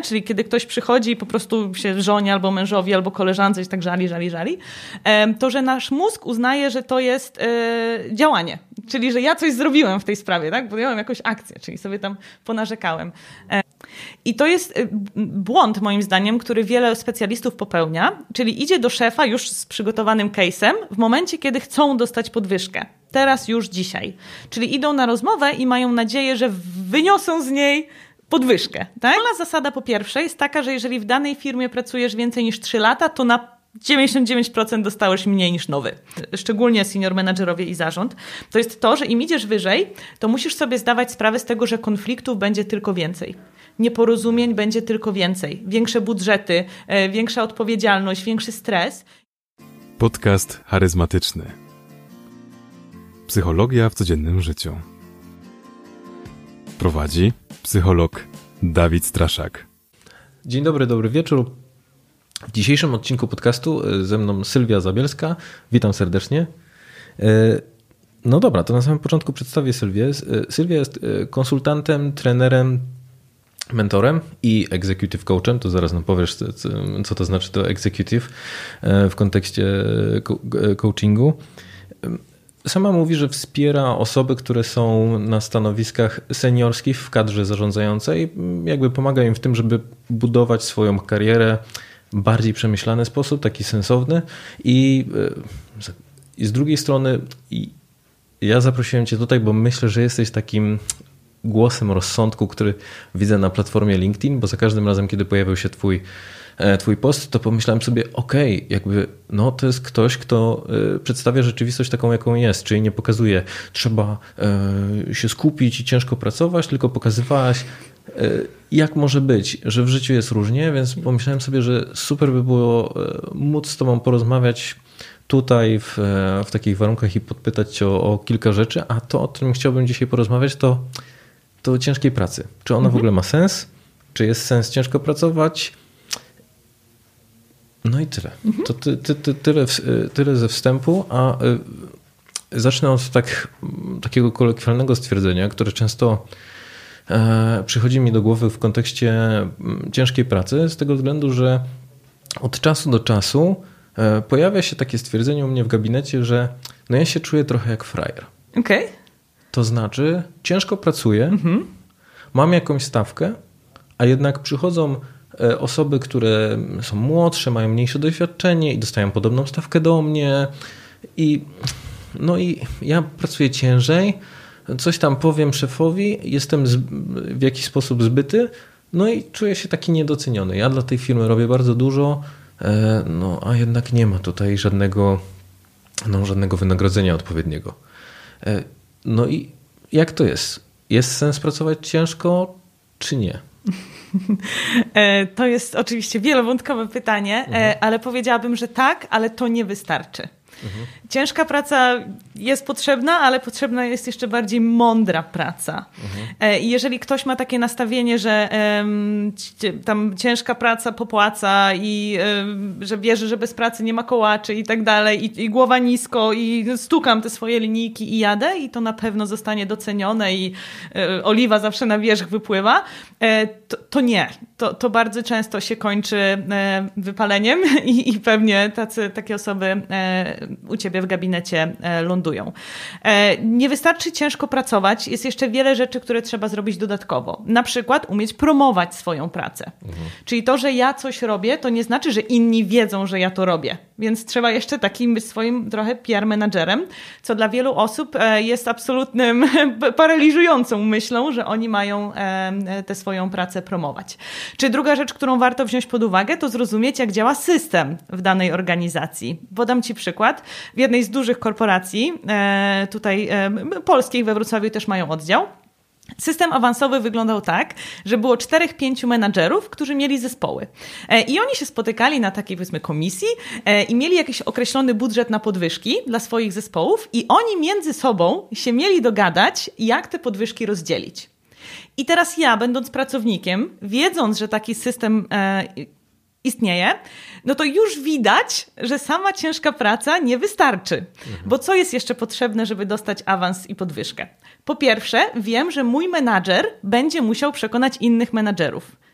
nie? Czyli kiedy ktoś przychodzi i po prostu się żonie albo mężowi, albo koleżance i tak żali, to że nasz mózg uznaje, że to jest działanie. Czyli że ja coś zrobiłem w tej sprawie, tak? Podjąłem jakąś akcję, czyli sobie tam ponarzekałem. I to jest błąd, moim zdaniem, który wiele specjalistów popełnia, czyli idzie do szefa już z przygotowanym case'em w momencie, kiedy chcą dostać podwyżkę. Teraz, już dzisiaj. Czyli idą na rozmowę i mają nadzieję, że wyniosą z niej podwyżkę. Tak? Zasada po pierwsze jest taka, że jeżeli w danej firmie pracujesz więcej niż 3 lata, to na 99% dostałeś mniej niż nowy. Szczególnie senior menadżerowie i zarząd. To jest to, że im idziesz wyżej, to musisz sobie zdawać sprawę z tego, że konfliktów będzie tylko więcej. Nieporozumień będzie tylko więcej. Większe budżety, większa odpowiedzialność, większy stres. Podcast charyzmatyczny. Psychologia w codziennym życiu. Prowadzi psycholog Dawid Straszak. Dzień dobry, dobry wieczór. W dzisiejszym odcinku podcastu ze mną Sylwia Zabielska. Witam serdecznie. No dobra, to na samym początku przedstawię Sylwię. Sylwia jest konsultantem, trenerem, mentorem i executive coachem. To zaraz nam powiesz, co to znaczy to executive w kontekście coachingu. Sama mówi, że wspiera osoby, które są na stanowiskach seniorskich w kadrze zarządzającej. Jakby pomaga im w tym, żeby budować swoją karierę w bardziej przemyślany sposób, taki sensowny. I z drugiej strony ja zaprosiłem Cię tutaj, bo myślę, że jesteś takim głosem rozsądku, który widzę na platformie LinkedIn, bo za każdym razem, kiedy pojawił się Twój post, to pomyślałem sobie, to jest ktoś, kto przedstawia rzeczywistość taką, jaką jest, czyli nie pokazuje, trzeba się skupić i ciężko pracować, tylko pokazywałaś, jak może być, że w życiu jest różnie, więc pomyślałem sobie, że super by było móc z Tobą porozmawiać tutaj w takich warunkach i podpytać Cię o kilka rzeczy, a to, o czym chciałbym dzisiaj porozmawiać, to o ciężkiej pracy. Czy ona w ogóle ma sens? Czy jest sens ciężko pracować? No i tyle. To tyle ze wstępu, a zacznę od takiego kolokwialnego stwierdzenia, które często przychodzi mi do głowy w kontekście ciężkiej pracy, z tego względu, że od czasu do czasu pojawia się takie stwierdzenie u mnie w gabinecie, że ja się czuję trochę jak frajer. Okay. To znaczy ciężko pracuję, mam jakąś stawkę, a jednak przychodzą osoby, które są młodsze, mają mniejsze doświadczenie i dostają podobną stawkę do mnie i ja pracuję ciężej, coś tam powiem szefowi, jestem w jakiś sposób zbyty, i czuję się taki niedoceniony. Ja dla tej firmy robię bardzo dużo, a jednak nie ma tutaj żadnego wynagrodzenia odpowiedniego. No i jak to jest? Jest sens pracować ciężko, czy nie? To jest oczywiście wielowątkowe pytanie, ale powiedziałabym, że tak, ale to nie wystarczy. Ciężka praca jest potrzebna, ale potrzebna jest jeszcze bardziej mądra praca. I jeżeli ktoś ma takie nastawienie, że tam ciężka praca popłaca i że wierzy, że bez pracy nie ma kołaczy i tak dalej, i głowa nisko i stukam te swoje linijki i jadę i to na pewno zostanie docenione i oliwa zawsze na wierzch wypływa, to nie. To bardzo często się kończy wypaleniem i pewnie takie osoby u Ciebie w gabinecie lądują. Nie wystarczy ciężko pracować, jest jeszcze wiele rzeczy, które trzeba zrobić dodatkowo. Na przykład umieć promować swoją pracę. Czyli to, że ja coś robię, to nie znaczy, że inni wiedzą, że ja to robię. Więc trzeba jeszcze takim być swoim trochę PR menadżerem, co dla wielu osób jest absolutnym paraliżującą myślą, że oni mają tę swoją pracę promować. Czy druga rzecz, którą warto wziąć pod uwagę, to zrozumieć, jak działa system w danej organizacji. Podam Ci przykład. W jednej z dużych korporacji, tutaj polskich, we Wrocławiu też mają oddział. System awansowy wyglądał tak, że było 4-5 menadżerów, którzy mieli zespoły. I oni się spotykali na takiej, powiedzmy, komisji i mieli jakiś określony budżet na podwyżki dla swoich zespołów i oni między sobą się mieli dogadać, jak te podwyżki rozdzielić. I teraz ja, będąc pracownikiem, wiedząc, że taki system istnieje, to już widać, że sama ciężka praca nie wystarczy. Bo co jest jeszcze potrzebne, żeby dostać awans i podwyżkę? Po pierwsze, wiem, że mój menadżer będzie musiał przekonać innych menadżerów.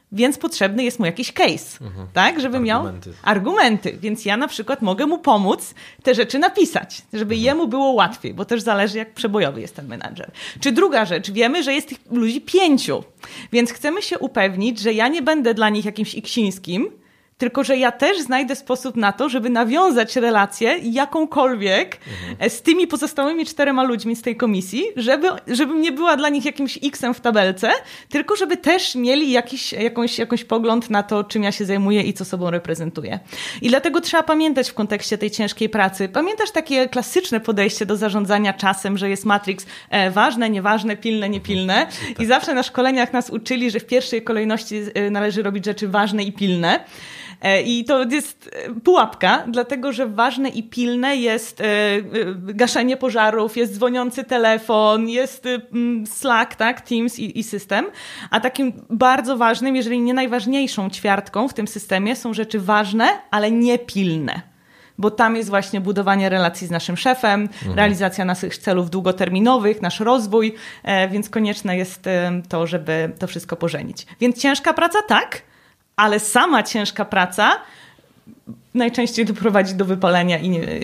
Więc potrzebny jest mu jakiś case, tak? Żeby miał argumenty. Więc ja na przykład mogę mu pomóc te rzeczy napisać, żeby jemu było łatwiej, bo też zależy, jak przebojowy jest ten menadżer. Czy druga rzecz, wiemy, że jest tych ludzi 5, więc chcemy się upewnić, że ja nie będę dla nich jakimś iksińskim, tylko że ja też znajdę sposób na to, żeby nawiązać relację jakąkolwiek z tymi pozostałymi 4 ludźmi z tej komisji, żebym nie była dla nich jakimś X-em w tabelce, tylko żeby też mieli jakiś pogląd na to, czym ja się zajmuję i co sobą reprezentuję. I dlatego trzeba pamiętać w kontekście tej ciężkiej pracy. Pamiętasz takie klasyczne podejście do zarządzania czasem, że jest matrix ważne, nieważne, pilne, niepilne. I zawsze na szkoleniach nas uczyli, że w pierwszej kolejności należy robić rzeczy ważne i pilne. I to jest pułapka, dlatego że ważne i pilne jest gaszenie pożarów, jest dzwoniący telefon, jest Slack, tak, Teams i system. A takim bardzo ważnym, jeżeli nie najważniejszą ćwiartką w tym systemie są rzeczy ważne, ale niepilne. Bo tam jest właśnie budowanie relacji z naszym szefem, realizacja naszych celów długoterminowych, nasz rozwój, więc konieczne jest to, żeby to wszystko pożenić. Więc ciężka praca, tak, ale sama ciężka praca najczęściej doprowadzi do wypalenia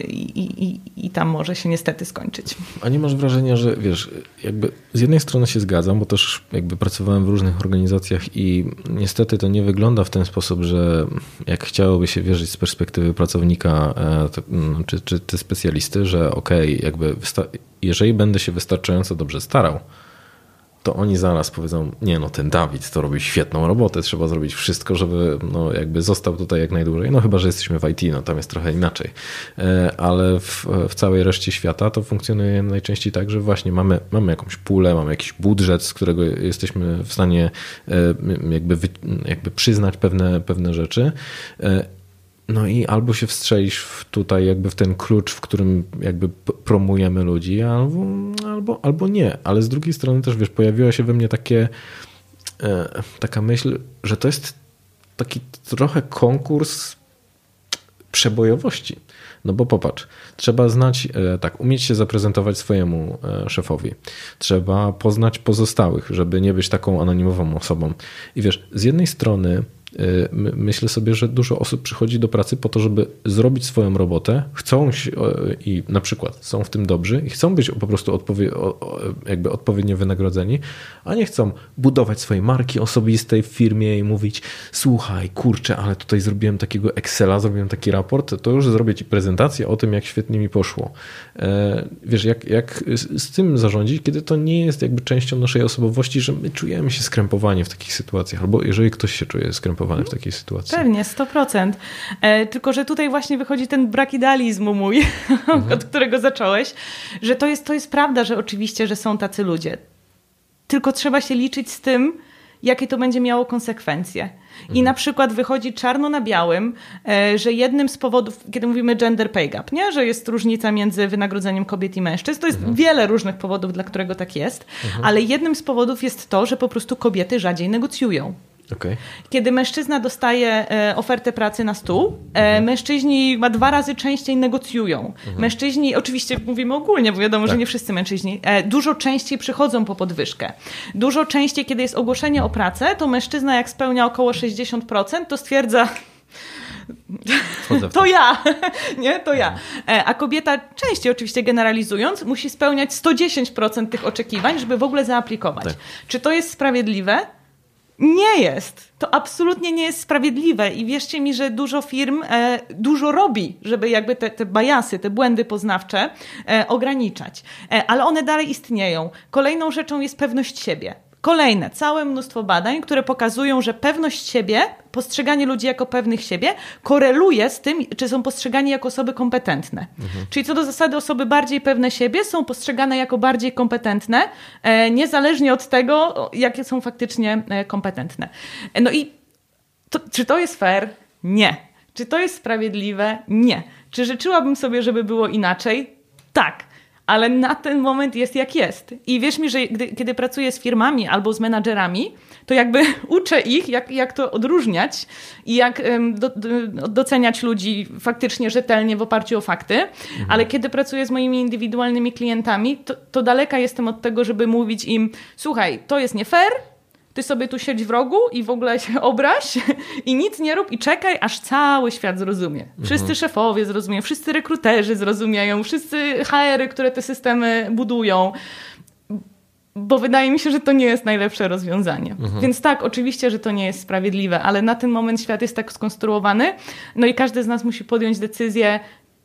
i tam może się niestety skończyć. A nie masz wrażenia, że wiesz, jakby z jednej strony się zgadzam, bo też jakby pracowałem w różnych organizacjach i niestety to nie wygląda w ten sposób, że jak chciałoby się wierzyć z perspektywy pracownika czy specjalisty, że okej, jakby jeżeli będę się wystarczająco dobrze starał, to oni zaraz powiedzą, nie no, ten Dawid to robi świetną robotę, trzeba zrobić wszystko, żeby no, jakby został tutaj jak najdłużej. No chyba, że jesteśmy w IT, no tam jest trochę inaczej. Ale w całej reszcie świata to funkcjonuje najczęściej tak, że właśnie mamy jakąś pulę, mamy jakiś budżet, z którego jesteśmy w stanie jakby przyznać pewne rzeczy. No i albo się wstrzelisz tutaj jakby w ten klucz, w którym jakby promujemy ludzi, albo nie. Ale z drugiej strony też, wiesz, pojawiła się we mnie taka myśl, że to jest taki trochę konkurs przebojowości. No bo popatrz, trzeba umieć się zaprezentować swojemu szefowi. Trzeba poznać pozostałych, żeby nie być taką anonimową osobą. I wiesz, z jednej strony myślę sobie, że dużo osób przychodzi do pracy po to, żeby zrobić swoją robotę, chcą i na przykład są w tym dobrzy i chcą być po prostu jakby odpowiednio wynagrodzeni, a nie chcą budować swojej marki osobistej w firmie i mówić, słuchaj, kurczę, ale tutaj zrobiłem takiego Excela, zrobiłem taki raport, to już zrobię ci prezentację o tym, jak świetnie mi poszło. Wiesz, jak z tym zarządzić, kiedy to nie jest jakby częścią naszej osobowości, że my czujemy się skrępowani w takich sytuacjach, albo jeżeli ktoś się czuje skrępowany w takiej sytuacji. Pewnie, 100%. Tylko, że tutaj właśnie wychodzi ten brak idealizmu mój, od którego zacząłeś, że to jest prawda, że oczywiście, że są tacy ludzie. Tylko trzeba się liczyć z tym, jakie to będzie miało konsekwencje. I na przykład wychodzi czarno na białym, że jednym z powodów, kiedy mówimy gender pay gap, nie? Że jest różnica między wynagrodzeniem kobiet i mężczyzn, to jest wiele różnych powodów, dla którego tak jest, ale jednym z powodów jest to, że po prostu kobiety rzadziej negocjują. Okay. Kiedy mężczyzna dostaje ofertę pracy na stół, mężczyźni 2 razy częściej negocjują. Mężczyźni, oczywiście mówimy ogólnie, bo wiadomo, że nie wszyscy mężczyźni, dużo częściej przychodzą po podwyżkę. Dużo częściej, kiedy jest ogłoszenie o pracę, to mężczyzna jak spełnia około 60%, to stwierdza... To ja, nie? To ja. A kobieta częściej, oczywiście generalizując, musi spełniać 110% tych oczekiwań, żeby w ogóle zaaplikować. Tak. Czy to jest sprawiedliwe? Nie jest. To absolutnie nie jest sprawiedliwe i wierzcie mi, że dużo firm dużo robi, żeby jakby te bajasy, te błędy poznawcze ograniczać. Ale one dalej istnieją. Kolejną rzeczą jest pewność siebie. Kolejne, całe mnóstwo badań, które pokazują, że pewność siebie, postrzeganie ludzi jako pewnych siebie koreluje z tym, czy są postrzegani jako osoby kompetentne. Czyli co do zasady osoby bardziej pewne siebie są postrzegane jako bardziej kompetentne, niezależnie od tego, jakie są faktycznie kompetentne. No i czy to jest fair? Nie. Czy to jest sprawiedliwe? Nie. Czy życzyłabym sobie, żeby było inaczej? Tak. Ale na ten moment jest jak jest. I wierz mi, że kiedy pracuję z firmami albo z menadżerami, to jakby uczę ich, jak to odróżniać i jak doceniać ludzi faktycznie rzetelnie w oparciu o fakty. Ale kiedy pracuję z moimi indywidualnymi klientami, to daleka jestem od tego, żeby mówić im, słuchaj, to jest nie fair, ty sobie tu siedź w rogu i w ogóle się obraź i nic nie rób i czekaj, aż cały świat zrozumie. Wszyscy szefowie zrozumieją, wszyscy rekruterzy zrozumieją, wszyscy HR-y, które te systemy budują. Bo wydaje mi się, że to nie jest najlepsze rozwiązanie. Więc tak, oczywiście, że to nie jest sprawiedliwe, ale na ten moment świat jest tak skonstruowany, no i każdy z nas musi podjąć decyzję,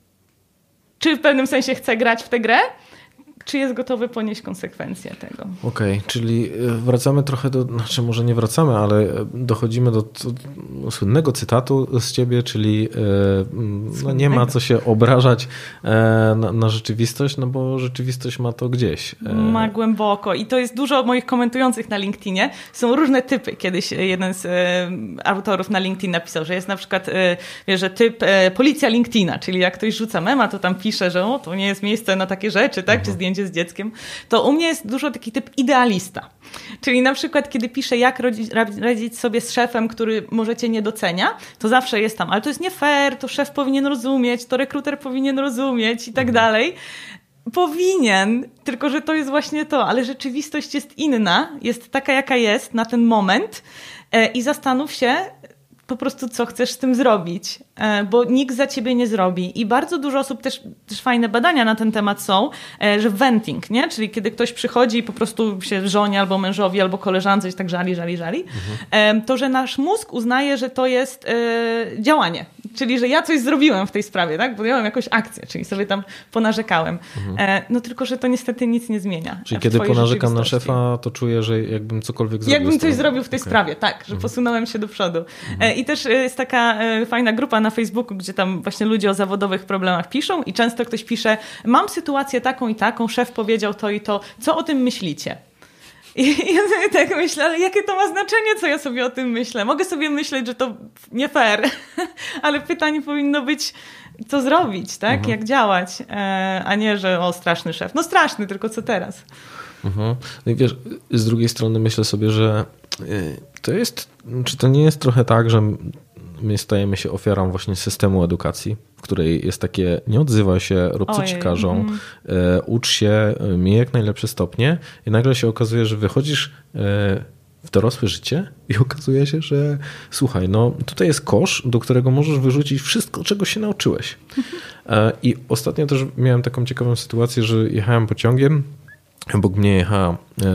czy w pewnym sensie chce grać w tę grę, czy jest gotowy ponieść konsekwencje tego. Okej, czyli wracamy trochę znaczy może nie wracamy, ale dochodzimy do słynnego cytatu z ciebie, czyli no nie ma co się obrażać na rzeczywistość, no bo rzeczywistość ma to gdzieś. Ma głęboko i to jest dużo moich komentujących na LinkedInie. Są różne typy. Kiedyś jeden z autorów na LinkedIn napisał, że jest na przykład że typ policja LinkedIna, czyli jak ktoś rzuca mema, to tam pisze, że to nie jest miejsce na takie rzeczy, tak? Czy zdjęcie z dzieckiem, to u mnie jest dużo taki typ idealista. Czyli na przykład, kiedy piszę, jak radzić sobie z szefem, który może cię nie docenia, to zawsze jest tam, ale to jest nie fair, to szef powinien rozumieć, to rekruter powinien rozumieć i tak dalej. Powinien, tylko że to jest właśnie to, ale rzeczywistość jest inna, jest taka, jaka jest na ten moment i zastanów się po prostu, co chcesz z tym zrobić, bo nikt za ciebie nie zrobi. I bardzo dużo osób, też fajne badania na ten temat są, że venting, nie? Czyli kiedy ktoś przychodzi i po prostu się żonie albo mężowi, albo koleżance i tak żali, to, że nasz mózg uznaje, że to jest działanie. Czyli, że ja coś zrobiłem w tej sprawie, tak? Podjąłem jakąś akcję, czyli sobie tam ponarzekałem. No tylko, że to niestety nic nie zmienia. Czyli kiedy ponarzekam na szefa, to czuję, że jakbym cokolwiek zrobił. Jakbym coś zrobił w tej sprawie, tak, że posunąłem się do przodu. I też jest taka fajna grupa na Facebooku, gdzie tam właśnie ludzie o zawodowych problemach piszą i często ktoś pisze, mam sytuację taką i taką, szef powiedział to i to, co o tym myślicie? I ja sobie tak myślę, ale jakie to ma znaczenie, co ja sobie o tym myślę? Mogę sobie myśleć, że to nie fair, ale pytanie powinno być, co zrobić, tak? Jak działać, a nie, że straszny szef. No straszny, tylko co teraz? No i wiesz, z drugiej strony myślę sobie, że czy to nie jest trochę tak, że my stajemy się ofiarą właśnie systemu edukacji, w której jest takie, nie odzywaj się, rób co ci każą, ucz się, miej jak najlepsze stopnie i nagle się okazuje, że wychodzisz w dorosłe życie i okazuje się, że słuchaj, no tutaj jest kosz, do którego możesz wyrzucić wszystko, czego się nauczyłeś. I ostatnio też miałem taką ciekawą sytuację, że jechałem pociągiem, obok mnie jechała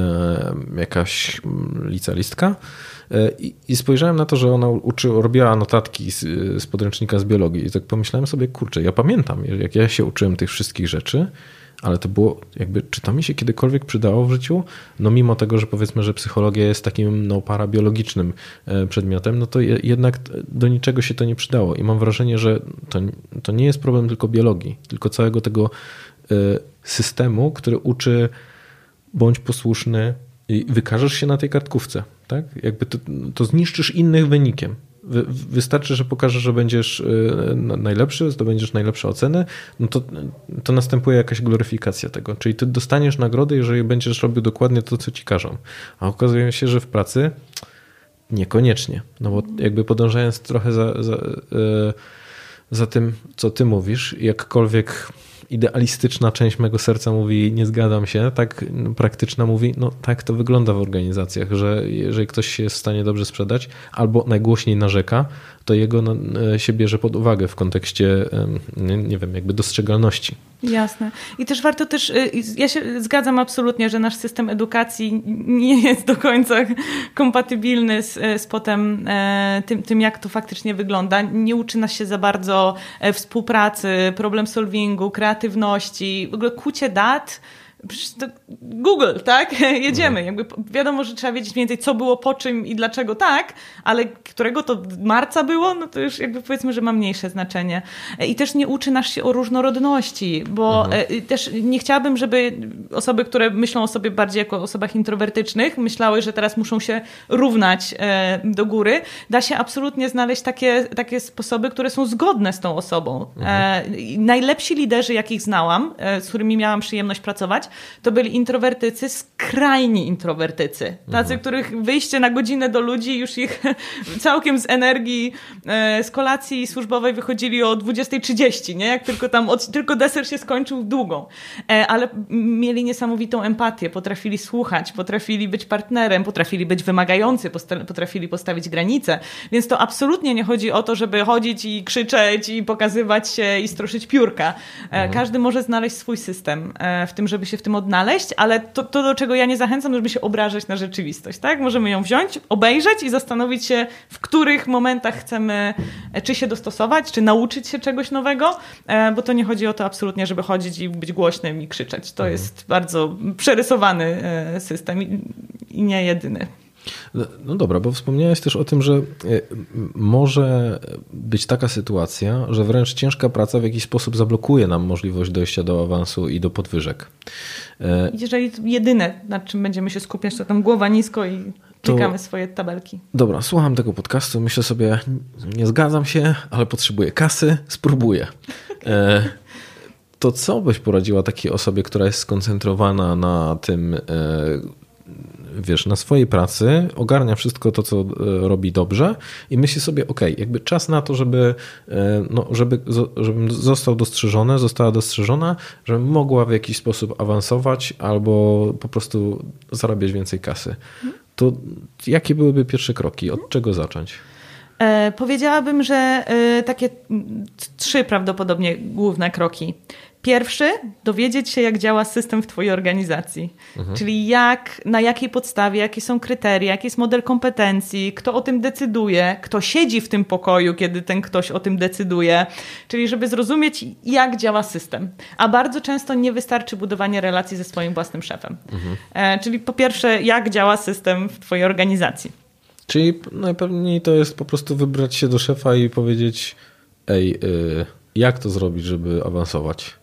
jakaś licealistka i spojrzałem na to, że ona robiła notatki z podręcznika z biologii i tak pomyślałem sobie, kurczę, ja pamiętam, jak ja się uczyłem tych wszystkich rzeczy, ale to było jakby, czy to mi się kiedykolwiek przydało w życiu? No mimo tego, że powiedzmy, że psychologia jest takim parabiologicznym przedmiotem, no to jednak do niczego się to nie przydało i mam wrażenie, że to nie jest problem tylko biologii, tylko całego tego systemu, który uczy bądź posłuszny i wykażesz się na tej kartkówce, tak? Jakby to zniszczysz innych wynikiem. Wystarczy, że pokażesz, że będziesz najlepszy, zdobędziesz najlepsze oceny, no to następuje jakaś gloryfikacja tego. Czyli ty dostaniesz nagrodę, jeżeli będziesz robił dokładnie to, co ci każą. A okazuje się, że w pracy niekoniecznie. No bo jakby podążając trochę za tym, co ty mówisz, jakkolwiek idealistyczna część mego serca mówi, nie zgadzam się, tak praktyczna mówi, no tak to wygląda w organizacjach, że jeżeli ktoś się jest w stanie dobrze sprzedać albo najgłośniej narzeka, to jego się bierze pod uwagę w kontekście, nie wiem, jakby dostrzegalności. Jasne. I też warto ja się zgadzam absolutnie, że nasz system edukacji nie jest do końca kompatybilny z potem tym, jak to faktycznie wygląda. Nie uczy nas się za bardzo współpracy, problem solvingu, kreatywności, w ogóle kucie dat. Przecież to Google, tak? Jedziemy. Jakby wiadomo, że trzeba wiedzieć mniej więcej, co było po czym i dlaczego tak, ale którego to marca było, no to już jakby powiedzmy, że ma mniejsze znaczenie. I też nie uczy nas się o różnorodności, bo też nie chciałabym, żeby osoby, które myślą o sobie bardziej jako osobach introwertycznych, myślały, że teraz muszą się równać do góry. Da się absolutnie znaleźć takie sposoby, które są zgodne z tą osobą. Najlepsi liderzy, jakich znałam, z którymi miałam przyjemność pracować, to byli introwertycy, skrajni introwertycy. Tacy, których wyjście na godzinę do ludzi już ich całkiem z energii z kolacji służbowej wychodzili o 20:30, nie? Jak tylko deser się skończył długą. Ale mieli niesamowitą empatię, potrafili słuchać, potrafili być partnerem, potrafili być wymagający, potrafili postawić granice. Więc to absolutnie nie chodzi o to, żeby chodzić i krzyczeć i pokazywać się i stroszyć piórka. Każdy może znaleźć swój system w tym, żeby się w tym odnaleźć, ale to do czego ja nie zachęcam, żeby się obrażać na rzeczywistość. Tak? Możemy ją wziąć, obejrzeć i zastanowić się, w których momentach chcemy czy się dostosować, czy nauczyć się czegoś nowego, bo to nie chodzi o to absolutnie, żeby chodzić i być głośnym i krzyczeć. To jest bardzo przerysowany system i nie jedyny. No dobra, bo wspomniałeś też o tym, że może być taka sytuacja, że wręcz ciężka praca w jakiś sposób zablokuje nam możliwość dojścia do awansu i do podwyżek. Jeżeli jedyne, nad czym będziemy się skupiać, to tam głowa nisko i klikamy swoje tabelki. Dobra, słucham tego podcastu, myślę sobie, nie zgadzam się, ale potrzebuję kasy, spróbuję. To co byś poradziła takiej osobie, która jest skoncentrowana na tym, na swojej pracy, ogarnia wszystko to, co robi dobrze i myśli sobie, jakby czas na to, żebym został dostrzeżony, została dostrzeżona, żebym mogła w jakiś sposób awansować albo po prostu zarabiać więcej kasy. To jakie byłyby pierwsze kroki? Od czego zacząć? Powiedziałabym, że takie 3 prawdopodobnie główne kroki. Pierwszy, dowiedzieć się, jak działa system w twojej organizacji. Czyli na jakiej podstawie, jakie są kryteria, jaki jest model kompetencji, kto o tym decyduje, kto siedzi w tym pokoju, kiedy ten ktoś o tym decyduje. Czyli żeby zrozumieć, jak działa system. A bardzo często nie wystarczy budowanie relacji ze swoim własnym szefem. Czyli po pierwsze, jak działa system w twojej organizacji. Czyli najpewniej to jest po prostu wybrać się do szefa i powiedzieć: jak to zrobić, żeby awansować?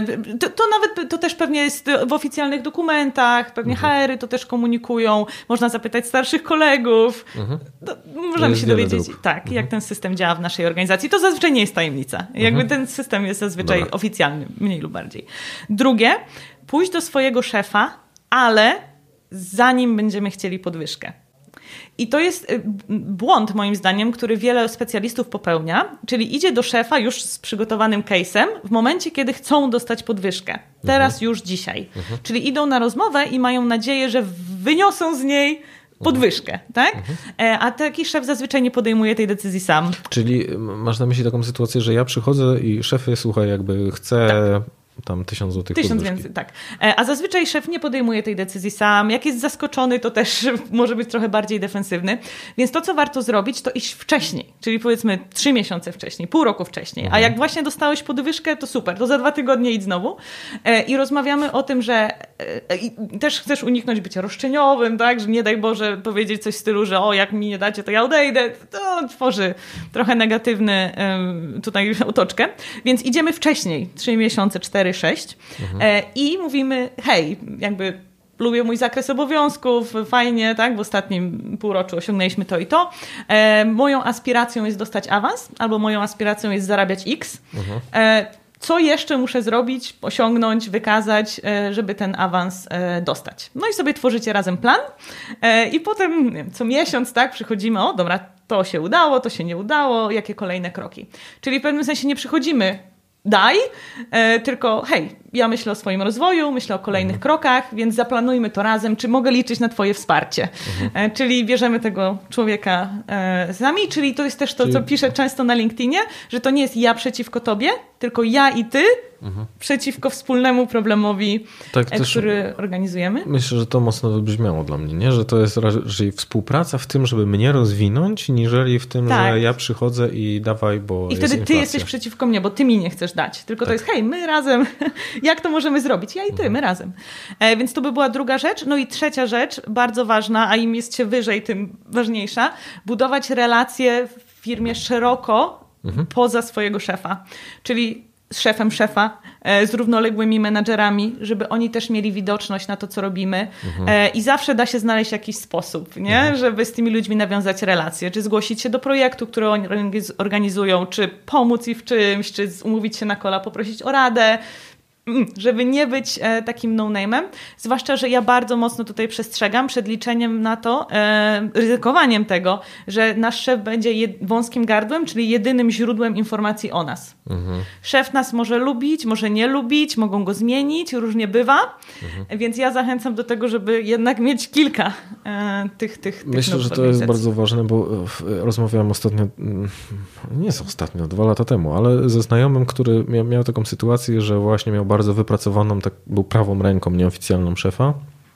To też pewnie jest w oficjalnych dokumentach, pewnie HR-y to też komunikują, można zapytać starszych kolegów. Możemy się dowiedzieć, jak ten system działa w naszej organizacji. To zazwyczaj nie jest tajemnica. Jakby ten system jest zazwyczaj oficjalny, mniej lub bardziej. Drugie, pójść do swojego szefa, ale zanim będziemy chcieli podwyżkę. I to jest błąd, moim zdaniem, który wiele specjalistów popełnia, czyli idzie do szefa już z przygotowanym case'em w momencie, kiedy chcą dostać podwyżkę. Teraz, już dzisiaj. Czyli idą na rozmowę i mają nadzieję, że wyniosą z niej podwyżkę, tak? A taki szef zazwyczaj nie podejmuje tej decyzji sam. Czyli masz na myśli taką sytuację, że ja przychodzę i szefie, słuchaj, jakby chcę... Tam 1000 złotych 1000 więcej, tak. A zazwyczaj szef nie podejmuje tej decyzji sam. Jak jest zaskoczony, to też może być trochę bardziej defensywny. Więc to, co warto zrobić, to iść wcześniej. Czyli powiedzmy 3 miesiące wcześniej, pół roku wcześniej. A jak właśnie dostałeś podwyżkę, to super. To za 2 tygodnie idź znowu. I rozmawiamy o tym, że też chcesz uniknąć bycia roszczeniowym, tak? Że nie daj Boże powiedzieć coś w stylu, że jak mi nie dacie, to ja odejdę. To tworzy trochę negatywny tutaj otoczkę. Więc idziemy wcześniej. 3 miesiące, 4, 6 i mówimy, hej, jakby lubię mój zakres obowiązków, fajnie, tak, w ostatnim półroczu osiągnęliśmy to i to. Moją aspiracją jest dostać awans, albo moją aspiracją jest zarabiać X. Co jeszcze muszę zrobić, osiągnąć, wykazać, żeby ten awans dostać. No i sobie tworzycie razem plan i potem co miesiąc, tak, przychodzimy, dobra, to się udało, to się nie udało, jakie kolejne kroki. Czyli w pewnym sensie nie przychodzimy tylko hej, ja myślę o swoim rozwoju, myślę o kolejnych krokach, więc zaplanujmy to razem, czy mogę liczyć na twoje wsparcie. Czyli bierzemy tego człowieka sami, czyli to jest też to, co piszę często na LinkedInie, że to nie jest ja przeciwko tobie, tylko ja i ty przeciwko wspólnemu problemowi, który organizujemy. Myślę, że to mocno wybrzmiało dla mnie, nie? Że to jest raczej współpraca w tym, żeby mnie rozwinąć, niżeli w tym, że ja przychodzę i dawaj, bo i wtedy ty jesteś przeciwko mnie, bo ty mi nie chcesz dać. Tylko to jest, hej, my razem, jak to możemy zrobić? Ja i ty, my razem. Więc to by była druga rzecz. No i trzecia rzecz, bardzo ważna, a im jest się wyżej, tym ważniejsza, budować relacje w firmie szeroko poza swojego szefa. Czyli z szefem szefa, z równoległymi menadżerami, żeby oni też mieli widoczność na to, co robimy. I zawsze da się znaleźć jakiś sposób, nie? Żeby z tymi ludźmi nawiązać relacje. Czy zgłosić się do projektu, który oni organizują, czy pomóc im w czymś, czy umówić się na kola, poprosić o radę. żeby nie być takim no-name'em, zwłaszcza, że ja bardzo mocno tutaj przestrzegam przed liczeniem na to, ryzykowaniem tego, że nasz szef będzie wąskim gardłem, czyli jedynym źródłem informacji o nas. Szef nas może lubić, może nie lubić, mogą go zmienić, różnie bywa, więc ja zachęcam do tego, żeby jednak mieć kilka tych Myślę, że to jest bardzo ważne, bo rozmawiałem ostatnio, nie jest ostatnio, 2 lata temu, ale ze znajomym, który miał taką sytuację, że właśnie miał bardzo wypracowaną, był prawą ręką nieoficjalną szefa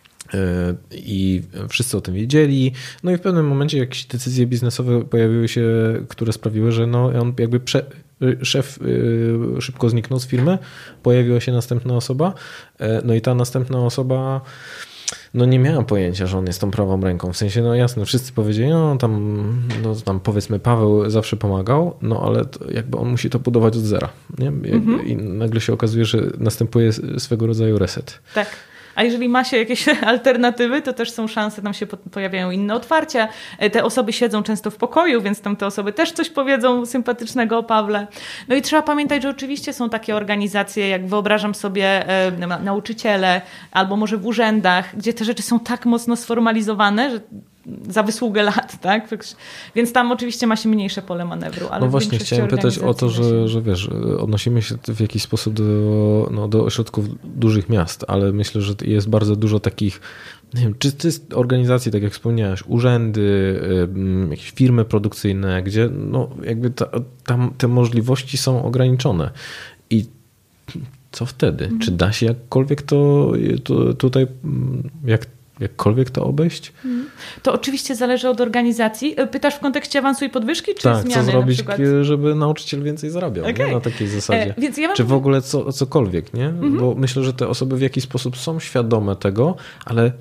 i wszyscy o tym wiedzieli. No i w pewnym momencie jakieś decyzje biznesowe pojawiły się, które sprawiły, że on jakby szef szybko zniknął z firmy, pojawiła się następna osoba, no i ta następna osoba nie miałem pojęcia, że on jest tą prawą ręką. W sensie, jasne, wszyscy powiedzieli, tam powiedzmy Paweł zawsze pomagał, ale jakby on musi to budować od zera. Nie? I nagle się okazuje, że następuje swego rodzaju reset. Tak. A jeżeli ma się jakieś alternatywy, to też są szanse, tam się pojawiają inne otwarcia. Te osoby siedzą często w pokoju, więc tam te osoby też coś powiedzą sympatycznego o Pawle. No i trzeba pamiętać, że oczywiście są takie organizacje, jak wyobrażam sobie nauczyciele, albo może w urzędach, gdzie te rzeczy są tak mocno sformalizowane, że za wysługę lat, tak? Więc tam oczywiście ma się mniejsze pole manewru. Ale właśnie, chciałem pytać o to, że wiesz, odnosimy się w jakiś sposób do ośrodków dużych miast, ale myślę, że jest bardzo dużo takich, nie wiem, czy to jest organizacji, tak jak wspomniałeś, urzędy, jakieś firmy produkcyjne, gdzie jakby tam te możliwości są ograniczone. I co wtedy? Czy da się jakkolwiek to tutaj, jakkolwiek to obejść? To oczywiście zależy od organizacji. Pytasz w kontekście awansu i podwyżki, czy zmiany co zrobić, na przykład? żeby nauczyciel więcej zarabiał, nie? Na takiej zasadzie. Więc ja czy w ogóle cokolwiek, nie? Bo myślę, że te osoby w jakiś sposób są świadome tego, ale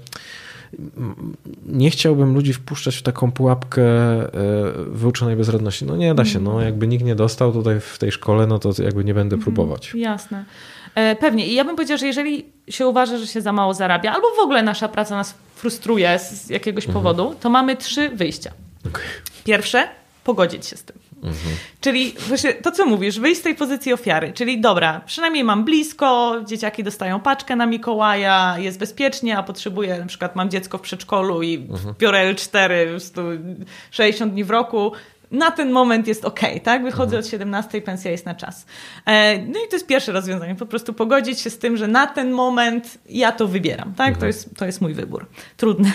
nie chciałbym ludzi wpuszczać w taką pułapkę wyuczonej bezradności. Nie da się, jakby nikt nie dostał tutaj w tej szkole, to jakby nie będę próbować. Jasne. Pewnie. I ja bym powiedziała, że jeżeli się uważa, że się za mało zarabia, albo w ogóle nasza praca nas frustruje z jakiegoś powodu, to mamy 3 wyjścia. Okay. Pierwsze, pogodzić się z tym. Czyli właśnie to, co mówisz, wyjść z tej pozycji ofiary. Czyli dobra, przynajmniej mam blisko, dzieciaki dostają paczkę na Mikołaja, jest bezpiecznie, a potrzebuję, na przykład mam dziecko w przedszkolu i biorę L4 60 dni w roku. Na ten moment jest okej, tak? Wychodzę od 17, pensja jest na czas. No i to jest pierwsze rozwiązanie. Po prostu pogodzić się z tym, że na ten moment ja to wybieram, tak? To jest mój wybór. Trudny.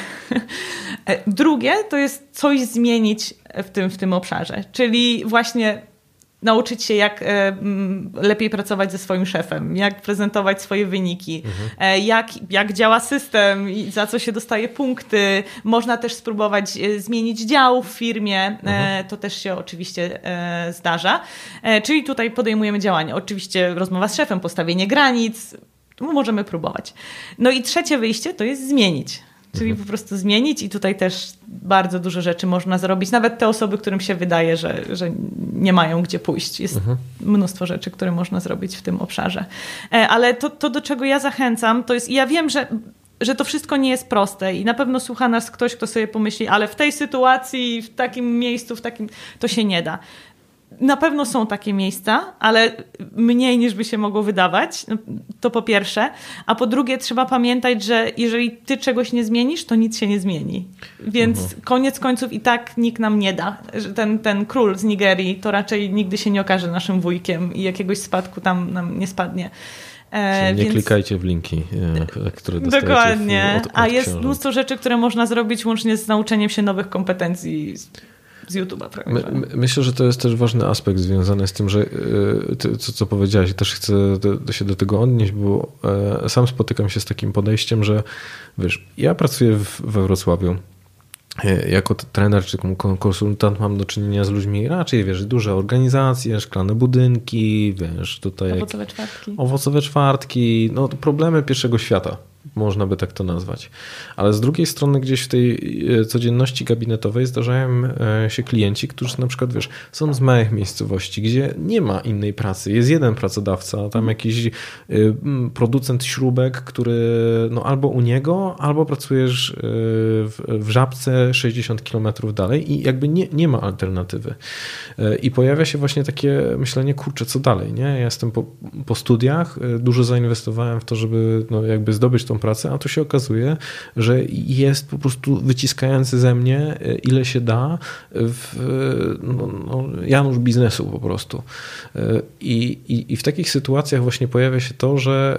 Drugie to jest coś zmienić w tym obszarze. Czyli właśnie nauczyć się, jak lepiej pracować ze swoim szefem, jak prezentować swoje wyniki, jak działa system i za co się dostaje punkty. Można też spróbować zmienić dział w firmie. To też się oczywiście zdarza. Czyli tutaj podejmujemy działania. Oczywiście rozmowa z szefem, postawienie granic. Możemy próbować. No i trzecie wyjście to jest zmienić. Czyli po prostu zmienić i tutaj też bardzo dużo rzeczy można zrobić. Nawet te osoby, którym się wydaje, że nie mają gdzie pójść. Jest mnóstwo rzeczy, które można zrobić w tym obszarze. Ale to do czego ja zachęcam, to jest, ja wiem, że to wszystko nie jest proste i na pewno słucha nas ktoś, kto sobie pomyśli, ale w tej sytuacji, w takim miejscu, to się nie da. Na pewno są takie miejsca, ale mniej niż by się mogło wydawać, to po pierwsze. A po drugie trzeba pamiętać, że jeżeli ty czegoś nie zmienisz, to nic się nie zmieni. Więc koniec końców i tak nikt nam nie da. Ten król z Nigerii to raczej nigdy się nie okaże naszym wujkiem i jakiegoś spadku tam nam nie spadnie. Nie klikajcie w linki, które dostajecie. Dokładnie. A jest mnóstwo rzeczy, które można zrobić łącznie z nauczeniem się nowych kompetencji z YouTube'a. Myślę, że to jest też ważny aspekt związany z tym, że co powiedziałaś, też chcę się do tego odnieść, bo sam spotykam się z takim podejściem, że wiesz, ja pracuję we Wrocławiu. Jako trener czy konsultant mam do czynienia z ludźmi raczej, wiesz, duże organizacje, szklane budynki, wiesz, tutaj owocowe czwartki, problemy pierwszego świata. można by tak to nazwać. Ale z drugiej strony gdzieś w tej codzienności gabinetowej zdarzają się klienci, którzy na przykład, wiesz, są z małych miejscowości, gdzie nie ma innej pracy. Jest jeden pracodawca, tam jakiś producent śrubek, który no albo u niego, albo pracujesz w Żabce 60 kilometrów dalej i jakby nie ma alternatywy. I pojawia się właśnie takie myślenie, kurczę, co dalej, nie? Ja jestem po studiach, dużo zainwestowałem w to, żeby no jakby zdobyć tą pracę, a tu się okazuje, że jest po prostu wyciskający ze mnie ile się da Janusz biznesu po prostu. I w takich sytuacjach właśnie pojawia się to, że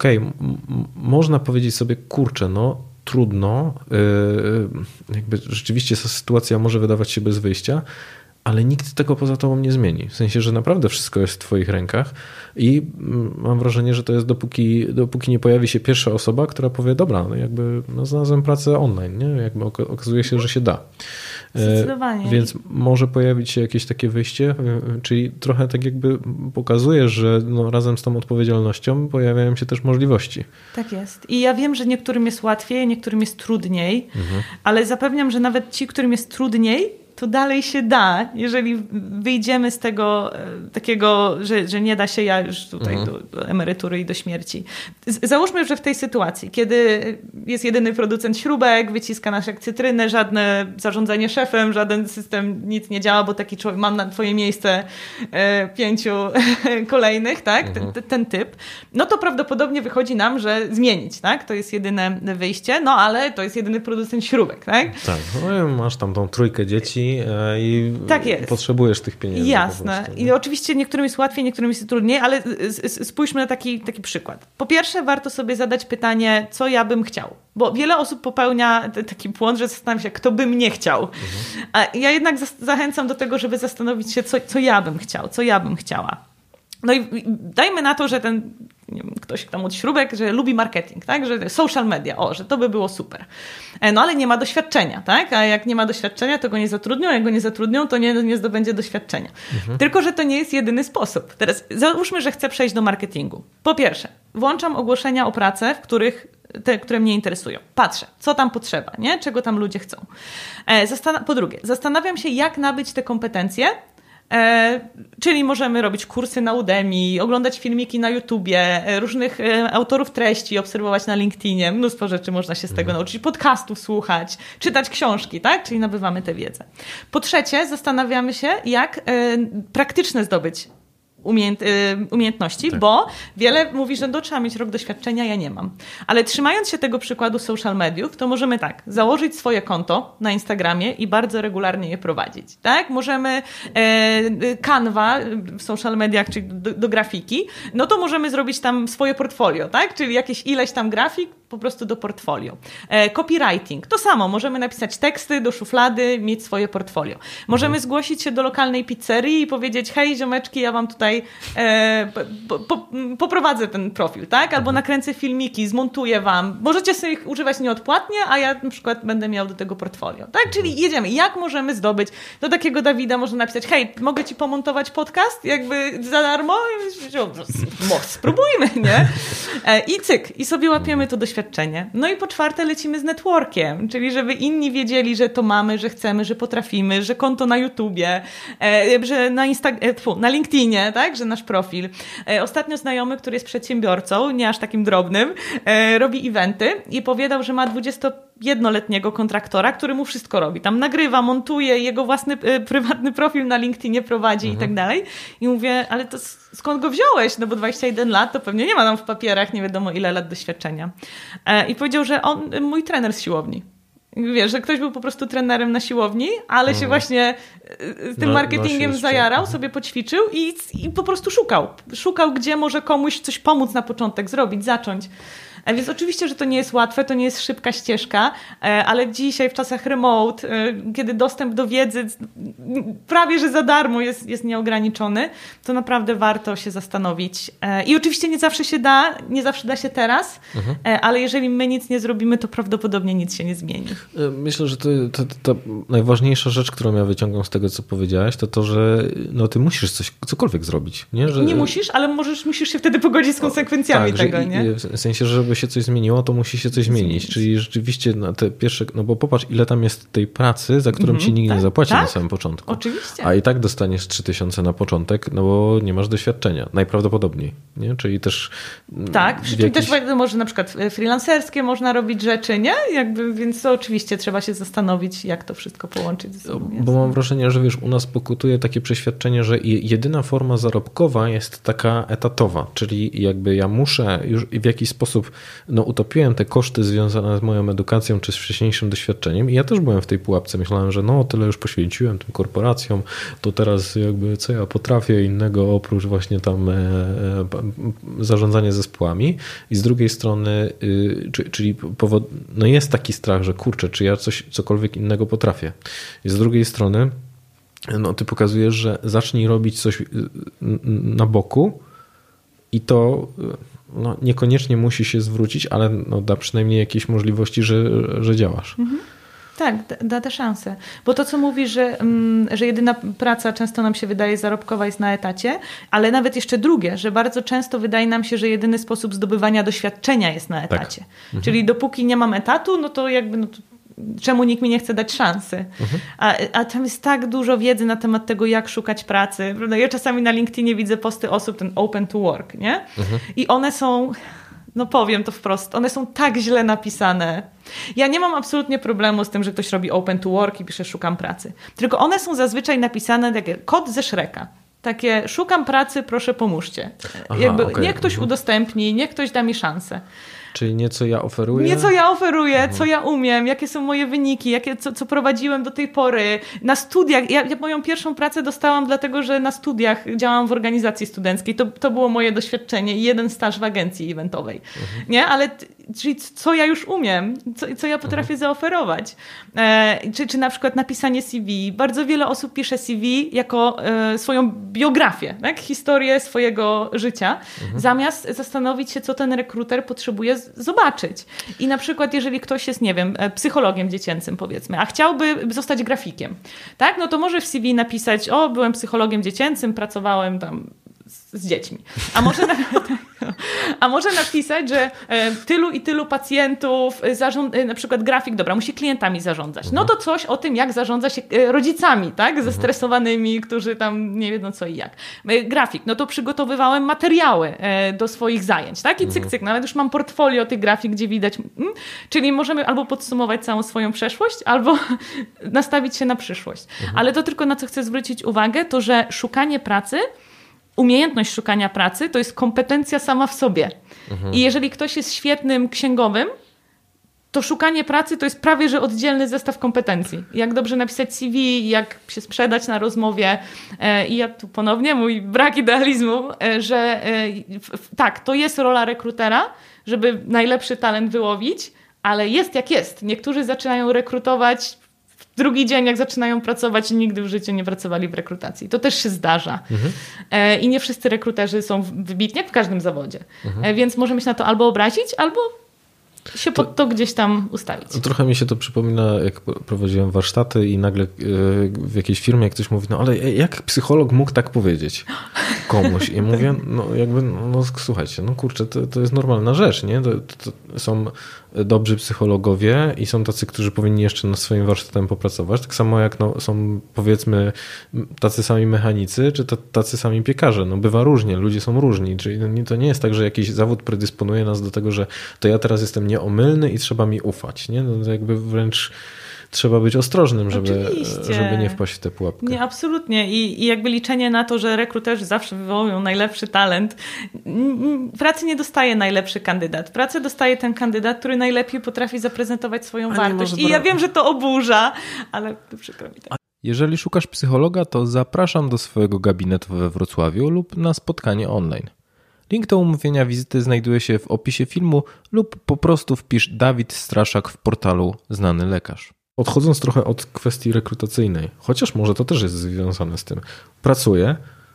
można powiedzieć sobie, kurczę, no trudno, jakby rzeczywiście ta sytuacja może wydawać się bez wyjścia, ale nikt tego poza tobą nie zmieni. W sensie, że naprawdę wszystko jest w twoich rękach i mam wrażenie, że to jest dopóki nie pojawi się pierwsza osoba, która powie, dobra, no jakby znalazłem pracę online, nie? Jakby okazuje się, że się da. Zdecydowanie. Więc może pojawić się jakieś takie wyjście, czyli trochę tak jakby pokazuje, że no razem z tą odpowiedzialnością pojawiają się też możliwości. Tak jest. I ja wiem, że niektórym jest łatwiej, niektórym jest trudniej, ale zapewniam, że nawet ci, którym jest trudniej, to dalej się da, jeżeli wyjdziemy z tego takiego, że nie da się ja już tutaj do emerytury i do śmierci. Załóżmy, że w tej sytuacji, kiedy jest jedyny producent śrubek, wyciska nas jak cytrynę, żadne zarządzanie szefem, żaden system, nic nie działa, bo taki człowiek, mam na twoje miejsce 5 kolejnych, tak? Ten typ. No to prawdopodobnie wychodzi nam, że zmienić, tak? To jest jedyne wyjście, no ale to jest jedyny producent śrubek, tak? Tak, no masz tam tą 3 dzieci i tak jest. Potrzebujesz tych pieniędzy. Jasne. I oczywiście niektórym jest łatwiej, niektórym jest trudniej, ale spójrzmy na taki przykład. Po pierwsze, warto sobie zadać pytanie, co ja bym chciał. Bo wiele osób popełnia taki błąd, że zastanawia się, kto by mnie chciał. A ja jednak zachęcam do tego, żeby zastanowić się, co ja bym chciał, co ja bym chciała. No i dajmy na to, że ten ktoś tam od śrubek, że lubi marketing, tak? Że social media, że to by było super. No ale nie ma doświadczenia, tak? A jak nie ma doświadczenia, to go nie zatrudnią, jak go nie zatrudnią, to nie zdobędzie doświadczenia. Tylko że to nie jest jedyny sposób. Teraz załóżmy, że chcę przejść do marketingu. Po pierwsze, włączam ogłoszenia o pracę, które mnie interesują. Patrzę, co tam potrzeba, nie? Czego tam ludzie chcą. Po drugie, zastanawiam się, jak nabyć te kompetencje, czyli możemy robić kursy na Udemy, oglądać filmiki na YouTubie, różnych autorów treści, obserwować na LinkedInie. Mnóstwo rzeczy można się z tego nauczyć. Podcastów słuchać, czytać książki, tak? Czyli nabywamy tę wiedzę. Po trzecie, zastanawiamy się, jak praktyczne zdobyć umiejętności, tak. Bo wiele mówi, że trzeba mieć rok doświadczenia, ja nie mam. Ale trzymając się tego przykładu social mediów, to możemy tak, założyć swoje konto na Instagramie i bardzo regularnie je prowadzić. Tak? Możemy Canva w social mediach, czyli do grafiki, no to możemy zrobić tam swoje portfolio, tak? Czyli jakieś ileś tam grafik po prostu do portfolio. Copywriting, to samo. Możemy napisać teksty do szuflady, mieć swoje portfolio. Możemy zgłosić się do lokalnej pizzerii i powiedzieć, hej ziomeczki, ja wam tutaj poprowadzę ten profil, tak? Albo nakręcę filmiki, zmontuję wam. Możecie sobie ich używać nieodpłatnie, a ja na przykład będę miał do tego portfolio, tak? Czyli jedziemy. Jak możemy zdobyć? Do takiego Dawida można napisać, hej, mogę ci pomontować podcast? Jakby za darmo? Spróbujmy, nie? I cyk. I sobie łapiemy to doświadczenie. No i po czwarte lecimy z networkiem, czyli żeby inni wiedzieli, że to mamy, że chcemy, że potrafimy, że konto na YouTubie, że na LinkedInie, tak? Że nasz profil. Ostatnio znajomy, który jest przedsiębiorcą, nie aż takim drobnym, robi eventy i powiedział, że ma 21-letniego kontraktora, który mu wszystko robi. Tam nagrywa, montuje, jego własny prywatny profil na LinkedInie prowadzi i tak dalej. I mówię, ale to skąd go wziąłeś? No bo 21 lat to pewnie nie ma tam w papierach nie wiadomo ile lat doświadczenia. I powiedział, że mój trener z siłowni. Wiesz, że ktoś był po prostu trenerem na siłowni, ale się właśnie z tym marketingiem zajarał, sobie poćwiczył i po prostu szukał, gdzie może komuś coś pomóc na początek zrobić, zacząć. Więc oczywiście, że to nie jest łatwe, to nie jest szybka ścieżka, ale dzisiaj w czasach remote, kiedy dostęp do wiedzy prawie że za darmo jest nieograniczony, to naprawdę warto się zastanowić. I oczywiście nie zawsze się da, nie zawsze da się teraz, ale jeżeli my nic nie zrobimy, to prawdopodobnie nic się nie zmieni. Myślę, że to najważniejsza rzecz, którą ja wyciągam z tego, co powiedziałaś, to że no, ty musisz cokolwiek zrobić. Nie musisz, ale musisz się wtedy pogodzić z konsekwencjami tego. Nie? W sensie, żeby się coś zmieniło, to musi się coś zmienić. Czyli rzeczywiście na te pierwsze, no bo popatrz, ile tam jest tej pracy, za którą ci nikt nie zapłaci na samym początku. Oczywiście. A i tak dostaniesz 3000 na początek, no bo nie masz doświadczenia. Najprawdopodobniej. Nie? Czyli też... Tak, przy czym też może na przykład freelancerskie można robić rzeczy, nie? Więc to oczywiście trzeba się zastanowić, jak to wszystko połączyć ze sobą. Bo mam wrażenie, że wiesz, u nas pokutuje takie przeświadczenie, że jedyna forma zarobkowa jest taka etatowa, czyli jakby ja muszę już w jakiś sposób, no utopiłem te koszty związane z moją edukacją czy z wcześniejszym doświadczeniem i ja też byłem w tej pułapce. Myślałem, że no tyle już poświęciłem tym korporacjom, to teraz jakby co ja potrafię innego oprócz właśnie tam zarządzania zespołami i z drugiej strony, czyli no jest taki strach, że kurczę, czy ja cokolwiek innego potrafię. I z drugiej strony no ty pokazujesz, że zacznij robić coś na boku i to no, niekoniecznie musi się zwrócić, ale no, da przynajmniej jakieś możliwości, że działasz. Mhm. Tak, da tę szansę. Bo to, co mówi, że jedyna praca często nam się wydaje zarobkowa jest na etacie, ale nawet jeszcze drugie, że bardzo często wydaje nam się, że jedyny sposób zdobywania doświadczenia jest na etacie. Tak. Czyli dopóki nie mam etatu, no to jakby... czemu nikt mi nie chce dać szansy? A tam jest tak dużo wiedzy na temat tego, jak szukać pracy. Prawda? Ja czasami na LinkedInie widzę posty osób, ten open to work, nie? I one są... No powiem to wprost, one są tak źle napisane. Ja nie mam absolutnie problemu z tym, że ktoś robi open to work i pisze szukam pracy. Tylko one są zazwyczaj napisane takie kot ze Shreka. Takie szukam pracy, proszę pomóżcie. Niech ktoś udostępni, niech ktoś da mi szansę. Czyli nieco ja oferuję? Nieco ja oferuję, co ja umiem, jakie są moje wyniki, co prowadziłem do tej pory. Na studiach, ja moją pierwszą pracę dostałam dlatego, że na studiach działałam w organizacji studenckiej. To było moje doświadczenie i jeden staż w agencji eventowej. Nie? Ale czyli co ja już umiem, co ja potrafię zaoferować. Czy na przykład napisanie CV. Bardzo wiele osób pisze CV jako swoją biografię, tak? Historię swojego życia, zamiast zastanowić się, co ten rekruter potrzebuje zobaczyć. I na przykład, jeżeli ktoś jest, nie wiem, psychologiem dziecięcym, powiedzmy, a chciałby zostać grafikiem, tak? No to może w CV napisać, byłem psychologiem dziecięcym, pracowałem tam z dziećmi. A może napisać, że tylu i tylu pacjentów, na przykład grafik, musi klientami zarządzać. No to coś o tym, jak zarządza się rodzicami, tak? Zestresowanymi, którzy tam nie wiedzą co i jak. Grafik, no to przygotowywałem materiały do swoich zajęć, tak? I cyk, nawet już mam portfolio tych grafik, gdzie widać. Czyli możemy albo podsumować całą swoją przeszłość, albo nastawić się na przyszłość. Ale to tylko na co chcę zwrócić uwagę, to że szukanie pracy, umiejętność szukania pracy to jest kompetencja sama w sobie. I jeżeli ktoś jest świetnym księgowym, to szukanie pracy to jest prawie że oddzielny zestaw kompetencji. Jak dobrze napisać CV, jak się sprzedać na rozmowie. I ja tu ponownie, mój brak idealizmu, że tak, to jest rola rekrutera, żeby najlepszy talent wyłowić, ale jest jak jest. Niektórzy zaczynają rekrutować drugi dzień, jak zaczynają pracować i nigdy w życiu nie pracowali w rekrutacji. To też się zdarza. I nie wszyscy rekruterzy są wybitni, jak w każdym zawodzie. Więc możemy się na to albo obrazić, albo się pod to gdzieś tam ustawić. Trochę mi się to przypomina, jak prowadziłem warsztaty i nagle w jakiejś firmie jak ktoś mówi, no ale jak psycholog mógł tak powiedzieć komuś? I mówię, słuchajcie, no kurczę, to jest normalna rzecz, nie? To są dobrzy psychologowie i są tacy, którzy powinni jeszcze nad swoim warsztatem popracować. Tak samo jak są powiedzmy tacy sami mechanicy, czy tacy sami piekarze. No bywa różnie, ludzie są różni. Czyli to nie jest tak, że jakiś zawód predysponuje nas do tego, że to ja teraz jestem nieomylny i trzeba mi ufać. Nie? No to jakby wręcz trzeba być ostrożnym, żeby nie wpaść w tę pułapkę. Nie, absolutnie. I jakby liczenie na to, że rekruterzy zawsze wywołują najlepszy talent. Pracy nie dostaje najlepszy kandydat. Pracę dostaje ten kandydat, który najlepiej potrafi zaprezentować swoją wartość. I ja wiem, że to oburza, ale przykro mi tak. Jeżeli szukasz psychologa, to zapraszam do swojego gabinetu we Wrocławiu lub na spotkanie online. Link do umówienia wizyty znajduje się w opisie filmu lub po prostu wpisz Dawid Straszak w portalu Znany Lekarz. Odchodząc trochę od kwestii rekrutacyjnej, chociaż może to też jest związane z tym. Pracuję.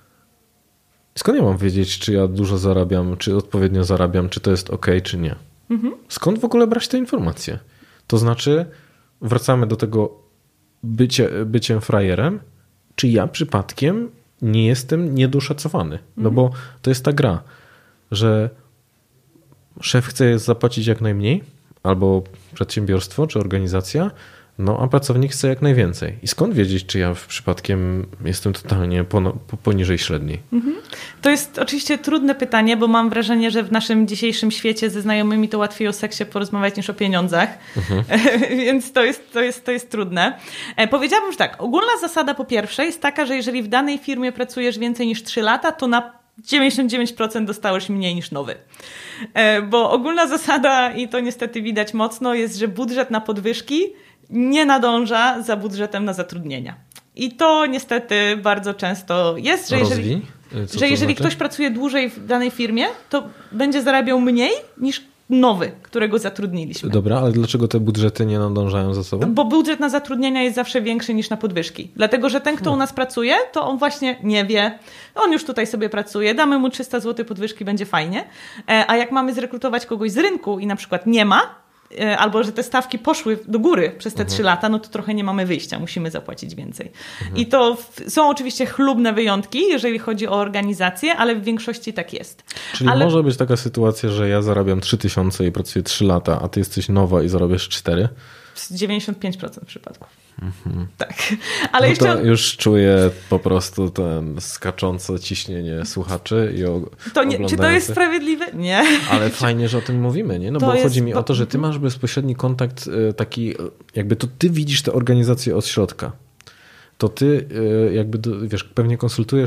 Skąd ja mam wiedzieć, czy ja dużo zarabiam, czy odpowiednio zarabiam, czy to jest ok, czy nie? Skąd w ogóle brać te informacje? To znaczy, wracamy do tego byciem frajerem, czy ja przypadkiem nie jestem niedoszacowany? No bo to jest ta gra, że szef chce zapłacić jak najmniej, albo przedsiębiorstwo, czy organizacja, no a pracownik chce jak najwięcej. I skąd wiedzieć, czy ja przypadkiem jestem totalnie poniżej średniej? To jest oczywiście trudne pytanie, bo mam wrażenie, że w naszym dzisiejszym świecie ze znajomymi to łatwiej o seksie porozmawiać niż o pieniądzach. Więc to jest trudne. Powiedziałabym, że tak, ogólna zasada po pierwsze jest taka, że jeżeli w danej firmie pracujesz więcej niż 3 lata, to na 99% dostałeś mniej niż nowy. Bo ogólna zasada, i to niestety widać mocno, jest, że budżet na podwyżki nie nadąża za budżetem na zatrudnienia. I to niestety bardzo często jest, że jeżeli ktoś pracuje dłużej w danej firmie, to będzie zarabiał mniej niż nowy, którego zatrudniliśmy. Dobra, ale dlaczego te budżety nie nadążają za sobą? Bo budżet na zatrudnienia jest zawsze większy niż na podwyżki. Dlatego, że ten, kto u nas pracuje, to on właśnie nie wie. On już tutaj sobie pracuje, damy mu 300 zł podwyżki, będzie fajnie. A jak mamy zrekrutować kogoś z rynku i na przykład nie ma, albo że te stawki poszły do góry przez te 3 lata, no to trochę nie mamy wyjścia, musimy zapłacić więcej. I to są oczywiście chlubne wyjątki, jeżeli chodzi o organizację, ale w większości tak jest. Czyli może być taka sytuacja, że ja zarabiam 3000 i pracuję 3 lata, a ty jesteś nowa i zarabiasz 4? 95% przypadków. Tak. Ale no jeszcze... to już czuję po prostu ten skaczące ciśnienie słuchaczy i czy to jest sprawiedliwe? Nie. Ale fajnie, że o tym mówimy, nie? No bo chodzi mi o to, że ty masz bezpośredni kontakt taki, jakby to ty widzisz tę organizację od środka. To ty jakby, wiesz, pewnie konsultujesz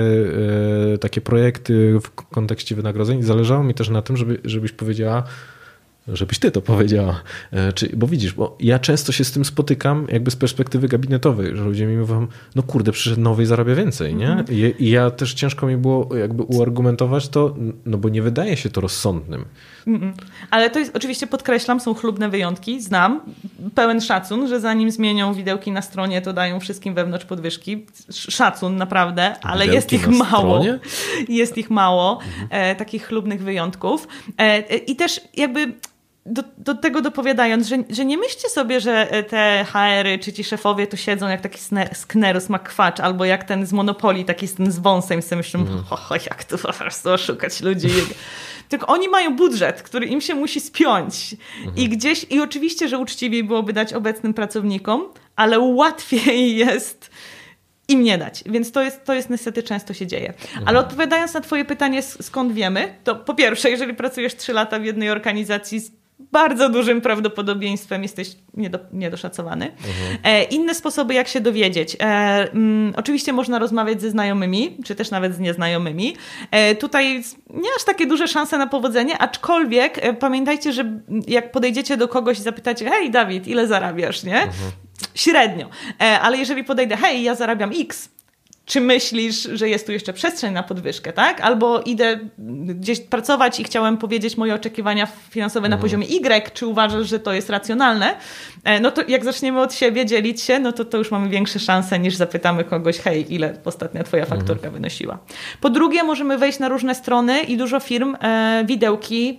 takie projekty w kontekście wynagrodzeń. Zależało mi też na tym, żebyś powiedziała, żebyś ty to powiedziała. Bo widzisz, bo ja często się z tym spotykam jakby z perspektywy gabinetowej, że ludzie mi mówią, no kurde, przyszedł nowy i zarabia więcej, nie? I ja też ciężko mi było jakby uargumentować to, no bo nie wydaje się to rozsądnym. Ale to jest, oczywiście podkreślam, są chlubne wyjątki, znam, pełen szacun, że zanim zmienią widełki na stronie, to dają wszystkim wewnątrz podwyżki. Szacun, naprawdę, ale widełki jest ich mało. Stronie? Jest ich mało, takich chlubnych wyjątków. I też jakby... Do tego dopowiadając, że nie myślcie sobie, że te HR-y czy ci szefowie tu siedzą jak taki Sknerus McQuatch albo jak ten z Monopolii, taki ten z wąsem i sobie myślą, jak tu po prostu oszukać ludzi. Tylko oni mają budżet, który im się musi spiąć. I oczywiście, że uczciwiej byłoby dać obecnym pracownikom, ale łatwiej jest im nie dać. Więc to jest niestety często się dzieje. Ale odpowiadając na twoje pytanie, skąd wiemy, to po pierwsze, jeżeli pracujesz 3 lata w jednej organizacji, z bardzo dużym prawdopodobieństwem jesteś niedoszacowany. Inne sposoby, jak się dowiedzieć. Oczywiście można rozmawiać ze znajomymi, czy też nawet z nieznajomymi. Tutaj nie aż takie duże szanse na powodzenie, aczkolwiek pamiętajcie, że jak podejdziecie do kogoś i zapytacie, hej Dawid, ile zarabiasz, nie? Średnio. Ale jeżeli podejdę, hej, ja zarabiam X, czy myślisz, że jest tu jeszcze przestrzeń na podwyżkę, tak? Albo idę gdzieś pracować i chciałem powiedzieć moje oczekiwania finansowe na poziomie Y, czy uważasz, że to jest racjonalne? No to jak zaczniemy od siebie dzielić się, no to już mamy większe szanse niż zapytamy kogoś, hej, ile ostatnia twoja fakturka wynosiła. Po drugie, możemy wejść na różne strony i dużo firm widełki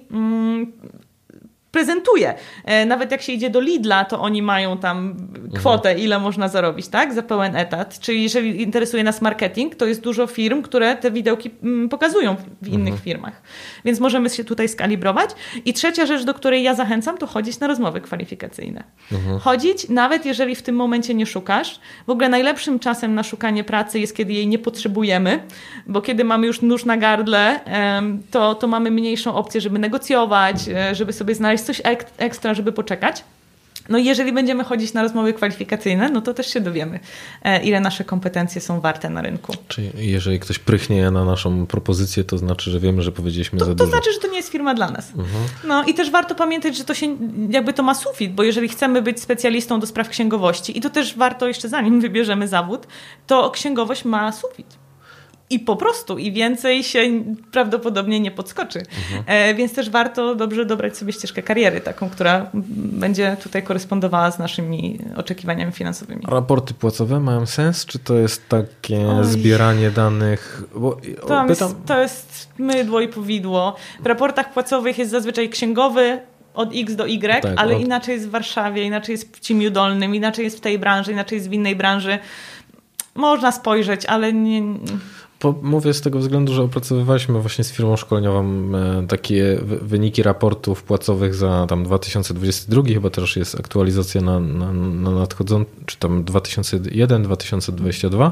prezentuje. Nawet jak się idzie do Lidla, to oni mają tam kwotę, ile można zarobić, tak? Za pełen etat. Czyli jeżeli interesuje nas marketing, to jest dużo firm, które te widełki pokazują w innych firmach. Więc możemy się tutaj skalibrować. I trzecia rzecz, do której ja zachęcam, to chodzić na rozmowy kwalifikacyjne. Chodzić, nawet jeżeli w tym momencie nie szukasz. W ogóle najlepszym czasem na szukanie pracy jest, kiedy jej nie potrzebujemy, bo kiedy mamy już nóż na gardle, to mamy mniejszą opcję, żeby negocjować, żeby sobie znaleźć coś ekstra, żeby poczekać. No i jeżeli będziemy chodzić na rozmowy kwalifikacyjne, no to też się dowiemy, ile nasze kompetencje są warte na rynku. Czyli jeżeli ktoś prychnie na naszą propozycję, to znaczy, że wiemy, że powiedzieliśmy za dużo. To znaczy, że to nie jest firma dla nas. No i też warto pamiętać, że to się jakby to ma sufit, bo jeżeli chcemy być specjalistą do spraw księgowości i to też warto jeszcze zanim wybierzemy zawód, to księgowość ma sufit. I po prostu, i więcej się prawdopodobnie nie podskoczy. Więc też warto dobrze dobrać sobie ścieżkę kariery, taką, która będzie tutaj korespondowała z naszymi oczekiwaniami finansowymi. Raporty płacowe mają sens, czy to jest takie zbieranie danych? Bo to jest mydło i powidło. W raportach płacowych jest zazwyczaj księgowy od X do Y, tak, ale inaczej jest w Warszawie, inaczej jest w Pcimiu Dolnym, inaczej jest w tej branży, inaczej jest w innej branży. Można spojrzeć, ale nie... Mówię z tego względu, że opracowywaliśmy właśnie z firmą szkoleniową takie wyniki raportów płacowych za tam 2022, chyba też jest aktualizacja na nadchodzący, czy tam 2001, 2022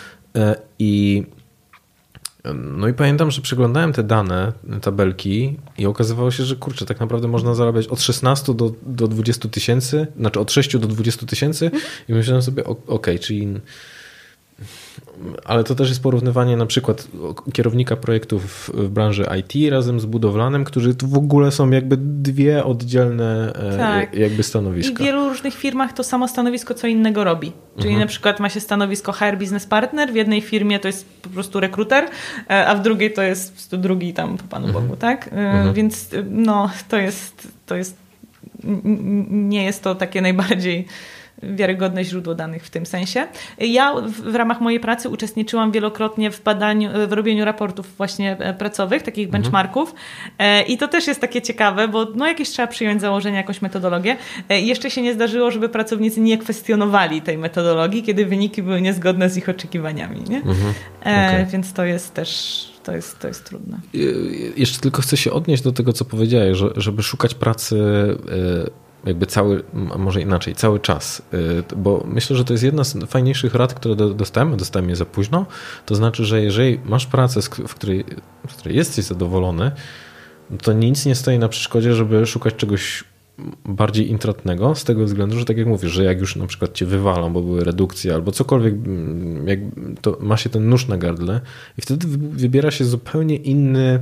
no i pamiętam, że przeglądałem te dane, tabelki i okazywało się, że kurczę, tak naprawdę można zarabiać od 16 do 20 tysięcy, znaczy od 6 do 20 tysięcy i myślałem sobie, okej, czyli... Ale to też jest porównywanie na przykład kierownika projektów w branży IT razem z budowlanym, którzy tu w ogóle są jakby dwie oddzielne jakby stanowiska. I w wielu różnych firmach to samo stanowisko co innego robi. Czyli na przykład ma się stanowisko HR Business Partner, w jednej firmie to jest po prostu rekruter, a w drugiej to jest po prostu drugi tam po Panu Bogu, tak? Więc no to jest nie jest to takie najbardziej wiarygodne źródło danych w tym sensie. Ja w ramach mojej pracy uczestniczyłam wielokrotnie w robieniu raportów właśnie pracowych, takich benchmarków i to też jest takie ciekawe, bo no jakieś trzeba przyjąć założenia, jakąś metodologię. Jeszcze się nie zdarzyło, żeby pracownicy nie kwestionowali tej metodologii, kiedy wyniki były niezgodne z ich oczekiwaniami. Nie? Więc to jest też... To jest trudne. Jeszcze tylko chcę się odnieść do tego, co powiedziałeś, żeby szukać pracy jakby może inaczej, cały czas, bo myślę, że to jest jedna z fajniejszych rad, które dostałem je za późno, to znaczy, że jeżeli masz pracę, z której jesteś zadowolony, to nic nie stoi na przeszkodzie, żeby szukać czegoś bardziej intratnego, z tego względu, że tak jak mówisz, że jak już na przykład cię wywalą, bo były redukcje albo cokolwiek, to ma się ten nóż na gardle i wtedy wybiera się zupełnie inny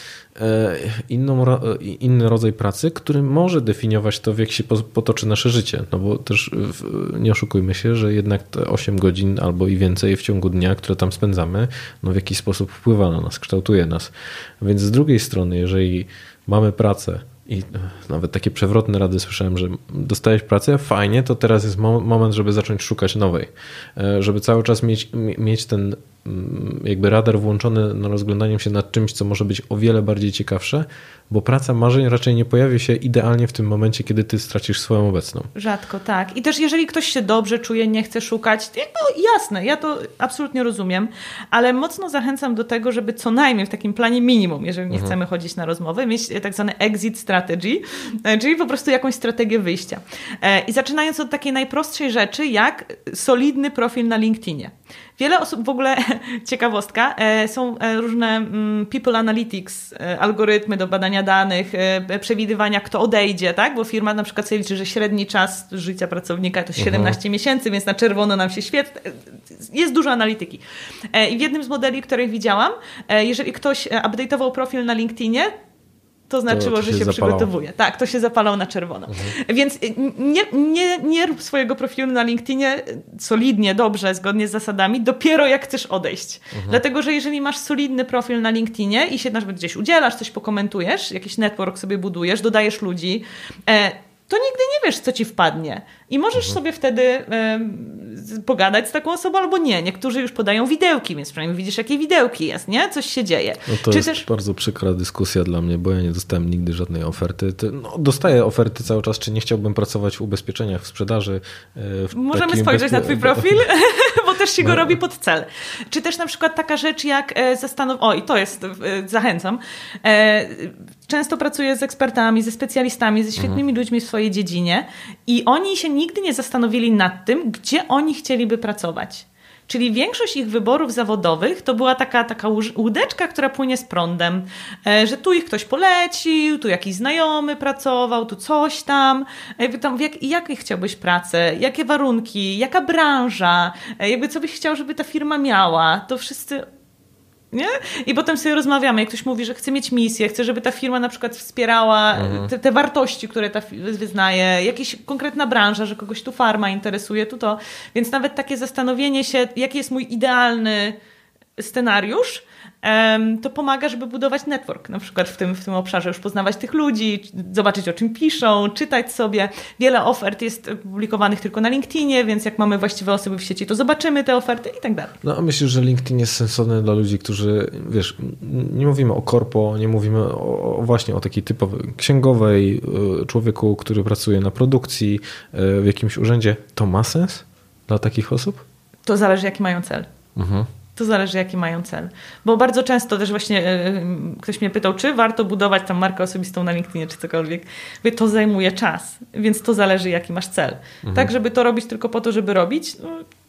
rodzaj pracy, który może definiować to, w jak się potoczy nasze życie. No bo też nie oszukujmy się, że jednak te 8 godzin albo i więcej w ciągu dnia, które tam spędzamy, no w jakiś sposób wpływa na nas, kształtuje nas. Więc z drugiej strony, jeżeli mamy pracę i nawet takie przewrotne rady słyszałem, że dostałeś pracę, fajnie, to teraz jest moment, żeby zacząć szukać nowej. Żeby cały czas mieć ten jakby radar włączony na rozglądaniem się nad czymś, co może być o wiele bardziej ciekawsze, bo praca marzeń raczej nie pojawi się idealnie w tym momencie, kiedy ty stracisz swoją obecną. Rzadko, tak. I też jeżeli ktoś się dobrze czuje, nie chce szukać, no jasne, ja to absolutnie rozumiem, ale mocno zachęcam do tego, żeby co najmniej w takim planie minimum, jeżeli nie chcemy chodzić na rozmowy, mieć tak zwany exit strategy, czyli po prostu jakąś strategię wyjścia. I zaczynając od takiej najprostszej rzeczy, jak solidny profil na LinkedInie. Wiele osób, w ogóle ciekawostka, są różne people analytics, algorytmy do badania danych, przewidywania, kto odejdzie, tak? Bo firma na przykład sobie liczy, że średni czas życia pracownika to 17 miesięcy, więc na czerwono nam się świetnie. Jest dużo analityki. I w jednym z modeli, których widziałam, jeżeli ktoś update'ował profil na LinkedInie, to znaczyło, że się przygotowuje. Tak, to się zapalał na czerwono. Więc nie rób swojego profilu na LinkedInie solidnie, dobrze, zgodnie z zasadami, dopiero jak chcesz odejść. Dlatego, że jeżeli masz solidny profil na LinkedInie i się nawet gdzieś udzielasz, coś pokomentujesz, jakiś network sobie budujesz, dodajesz ludzi, to nigdy nie wiesz, co ci wpadnie. I możesz sobie wtedy pogadać z taką osobą albo nie. Niektórzy już podają widełki, więc przynajmniej widzisz, jakie widełki jest, nie? Coś się dzieje. No to jest bardzo przykra dyskusja dla mnie, bo ja nie dostałem nigdy żadnej oferty. Dostaję oferty cały czas, czy nie chciałbym pracować w ubezpieczeniach, w sprzedaży. Możemy spojrzeć na twój profil, bo też się go robi pod cel. Czy też na przykład taka rzecz jak i to jest, zachęcam, często pracuję z ekspertami, ze specjalistami, ze świetnymi ludźmi w swojej dziedzinie i oni się nigdy nie zastanowili nad tym, gdzie oni chcieliby pracować. Czyli większość ich wyborów zawodowych to była taka łódeczka, która płynie z prądem, że tu ich ktoś polecił, tu jakiś znajomy pracował, tu coś tam. Jakie chciałbyś pracę, jakie warunki, jaka branża, co byś chciał, żeby ta firma miała. To wszyscy... Nie? I potem sobie rozmawiamy, jak ktoś mówi, że chce mieć misję, chce, żeby ta firma na przykład wspierała te wartości, które ta wyznaje, jakaś konkretna branża, że kogoś tu farma interesuje, tu to. Więc nawet takie zastanowienie się, jaki jest mój idealny scenariusz, to pomaga, żeby budować network, na przykład w tym obszarze, już poznawać tych ludzi, zobaczyć, o czym piszą, czytać sobie. Wiele ofert jest publikowanych tylko na LinkedInie, więc jak mamy właściwe osoby w sieci, to zobaczymy te oferty i tak dalej. No a myślę, że LinkedIn jest sensowny dla ludzi, którzy, wiesz, nie mówimy o korpo, nie mówimy właśnie o takiej typowej księgowej, człowieku, który pracuje na produkcji, w jakimś urzędzie. To ma sens dla takich osób? To zależy, jaki mają cel. To zależy, jaki mają cel. Bo bardzo często też właśnie ktoś mnie pytał, czy warto budować tam markę osobistą na LinkedInie, czy cokolwiek. Mówię, to zajmuje czas, więc to zależy, jaki masz cel. Tak, żeby to robić tylko po to, żeby robić,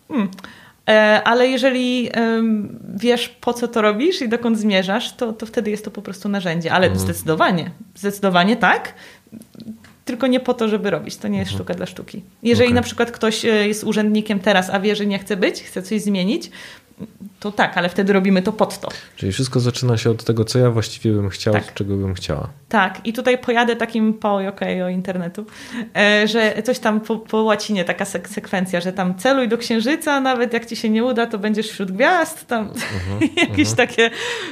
ale jeżeli wiesz, po co to robisz i dokąd zmierzasz, to wtedy jest to po prostu narzędzie. Ale zdecydowanie tak, tylko nie po to, żeby robić. To nie jest sztuka dla sztuki. Jeżeli na przykład ktoś jest urzędnikiem teraz, a wie, że nie chce być, chce coś zmienić, to tak, ale wtedy robimy to pod to. Czyli wszystko zaczyna się od tego, co ja właściwie bym chciał, czego bym chciała. Tak, i tutaj pojadę takim o internetu, że coś tam po łacinie, taka sekwencja, że tam celuj do księżyca, nawet jak ci się nie uda, to będziesz wśród gwiazd, tam jakieś takie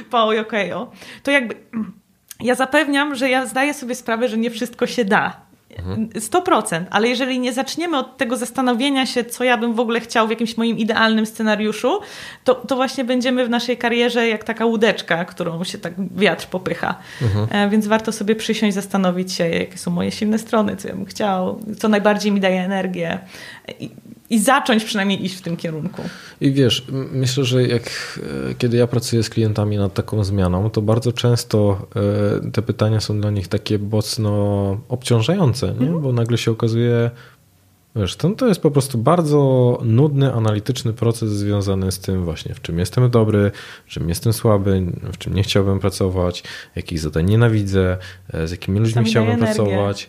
to jakby ja zapewniam, że ja zdaję sobie sprawę, że nie wszystko się da. 100%, ale jeżeli nie zaczniemy od tego zastanowienia się, co ja bym w ogóle chciał w jakimś moim idealnym scenariuszu, to właśnie będziemy w naszej karierze jak taka łódeczka, którą się tak wiatr popycha. Więc warto sobie przysiąść, zastanowić się, jakie są moje silne strony, co ja bym chciał, co najbardziej mi daje energię i zacząć przynajmniej iść w tym kierunku. I wiesz, myślę, że kiedy ja pracuję z klientami nad taką zmianą, to bardzo często te pytania są dla nich takie mocno obciążające, nie? Bo nagle się okazuje, wiesz, to jest po prostu bardzo nudny, analityczny proces związany z tym właśnie, w czym jestem dobry, w czym jestem słaby, w czym nie chciałbym pracować, jakich zadań nienawidzę, z jakimi ludźmi chciałbym pracować.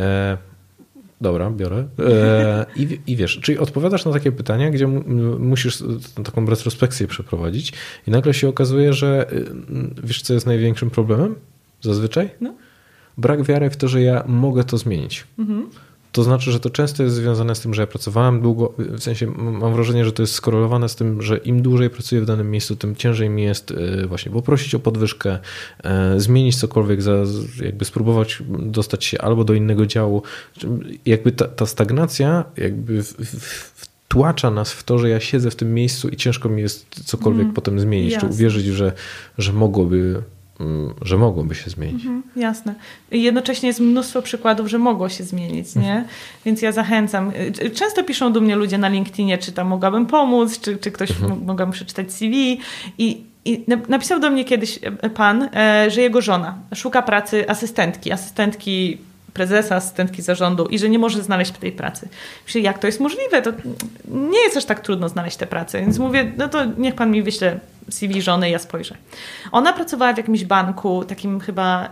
Dobra, biorę. I wiesz, czyli odpowiadasz na takie pytania, gdzie musisz taką retrospekcję przeprowadzić i nagle się okazuje, że wiesz, co jest największym problemem zazwyczaj? No. Brak wiary w to, że ja mogę to zmienić. To znaczy, że to często jest związane z tym, że ja pracowałem długo, w sensie mam wrażenie, że to jest skorelowane z tym, że im dłużej pracuję w danym miejscu, tym ciężej mi jest właśnie poprosić o podwyżkę, zmienić cokolwiek, jakby spróbować dostać się albo do innego działu. Jakby ta stagnacja jakby wtłacza nas w to, że ja siedzę w tym miejscu i ciężko mi jest cokolwiek potem zmienić, Jasne. czy uwierzyć, że mogłoby się zmienić. Jasne. I jednocześnie jest mnóstwo przykładów, że mogło się zmienić, nie? Więc ja zachęcam. Często piszą do mnie ludzie na LinkedInie, czy tam mogłabym pomóc, czy ktoś mogłabym przeczytać CV i napisał do mnie kiedyś pan, że jego żona szuka pracy asystentki prezesa, asystentki zarządu i że nie może znaleźć tej pracy. Myślę, jak to jest możliwe? To nie jest aż tak trudno znaleźć tę pracę. Więc mówię, no to niech pan mi wyśle CV żony i ja spojrzę. Ona pracowała w jakimś banku, takim chyba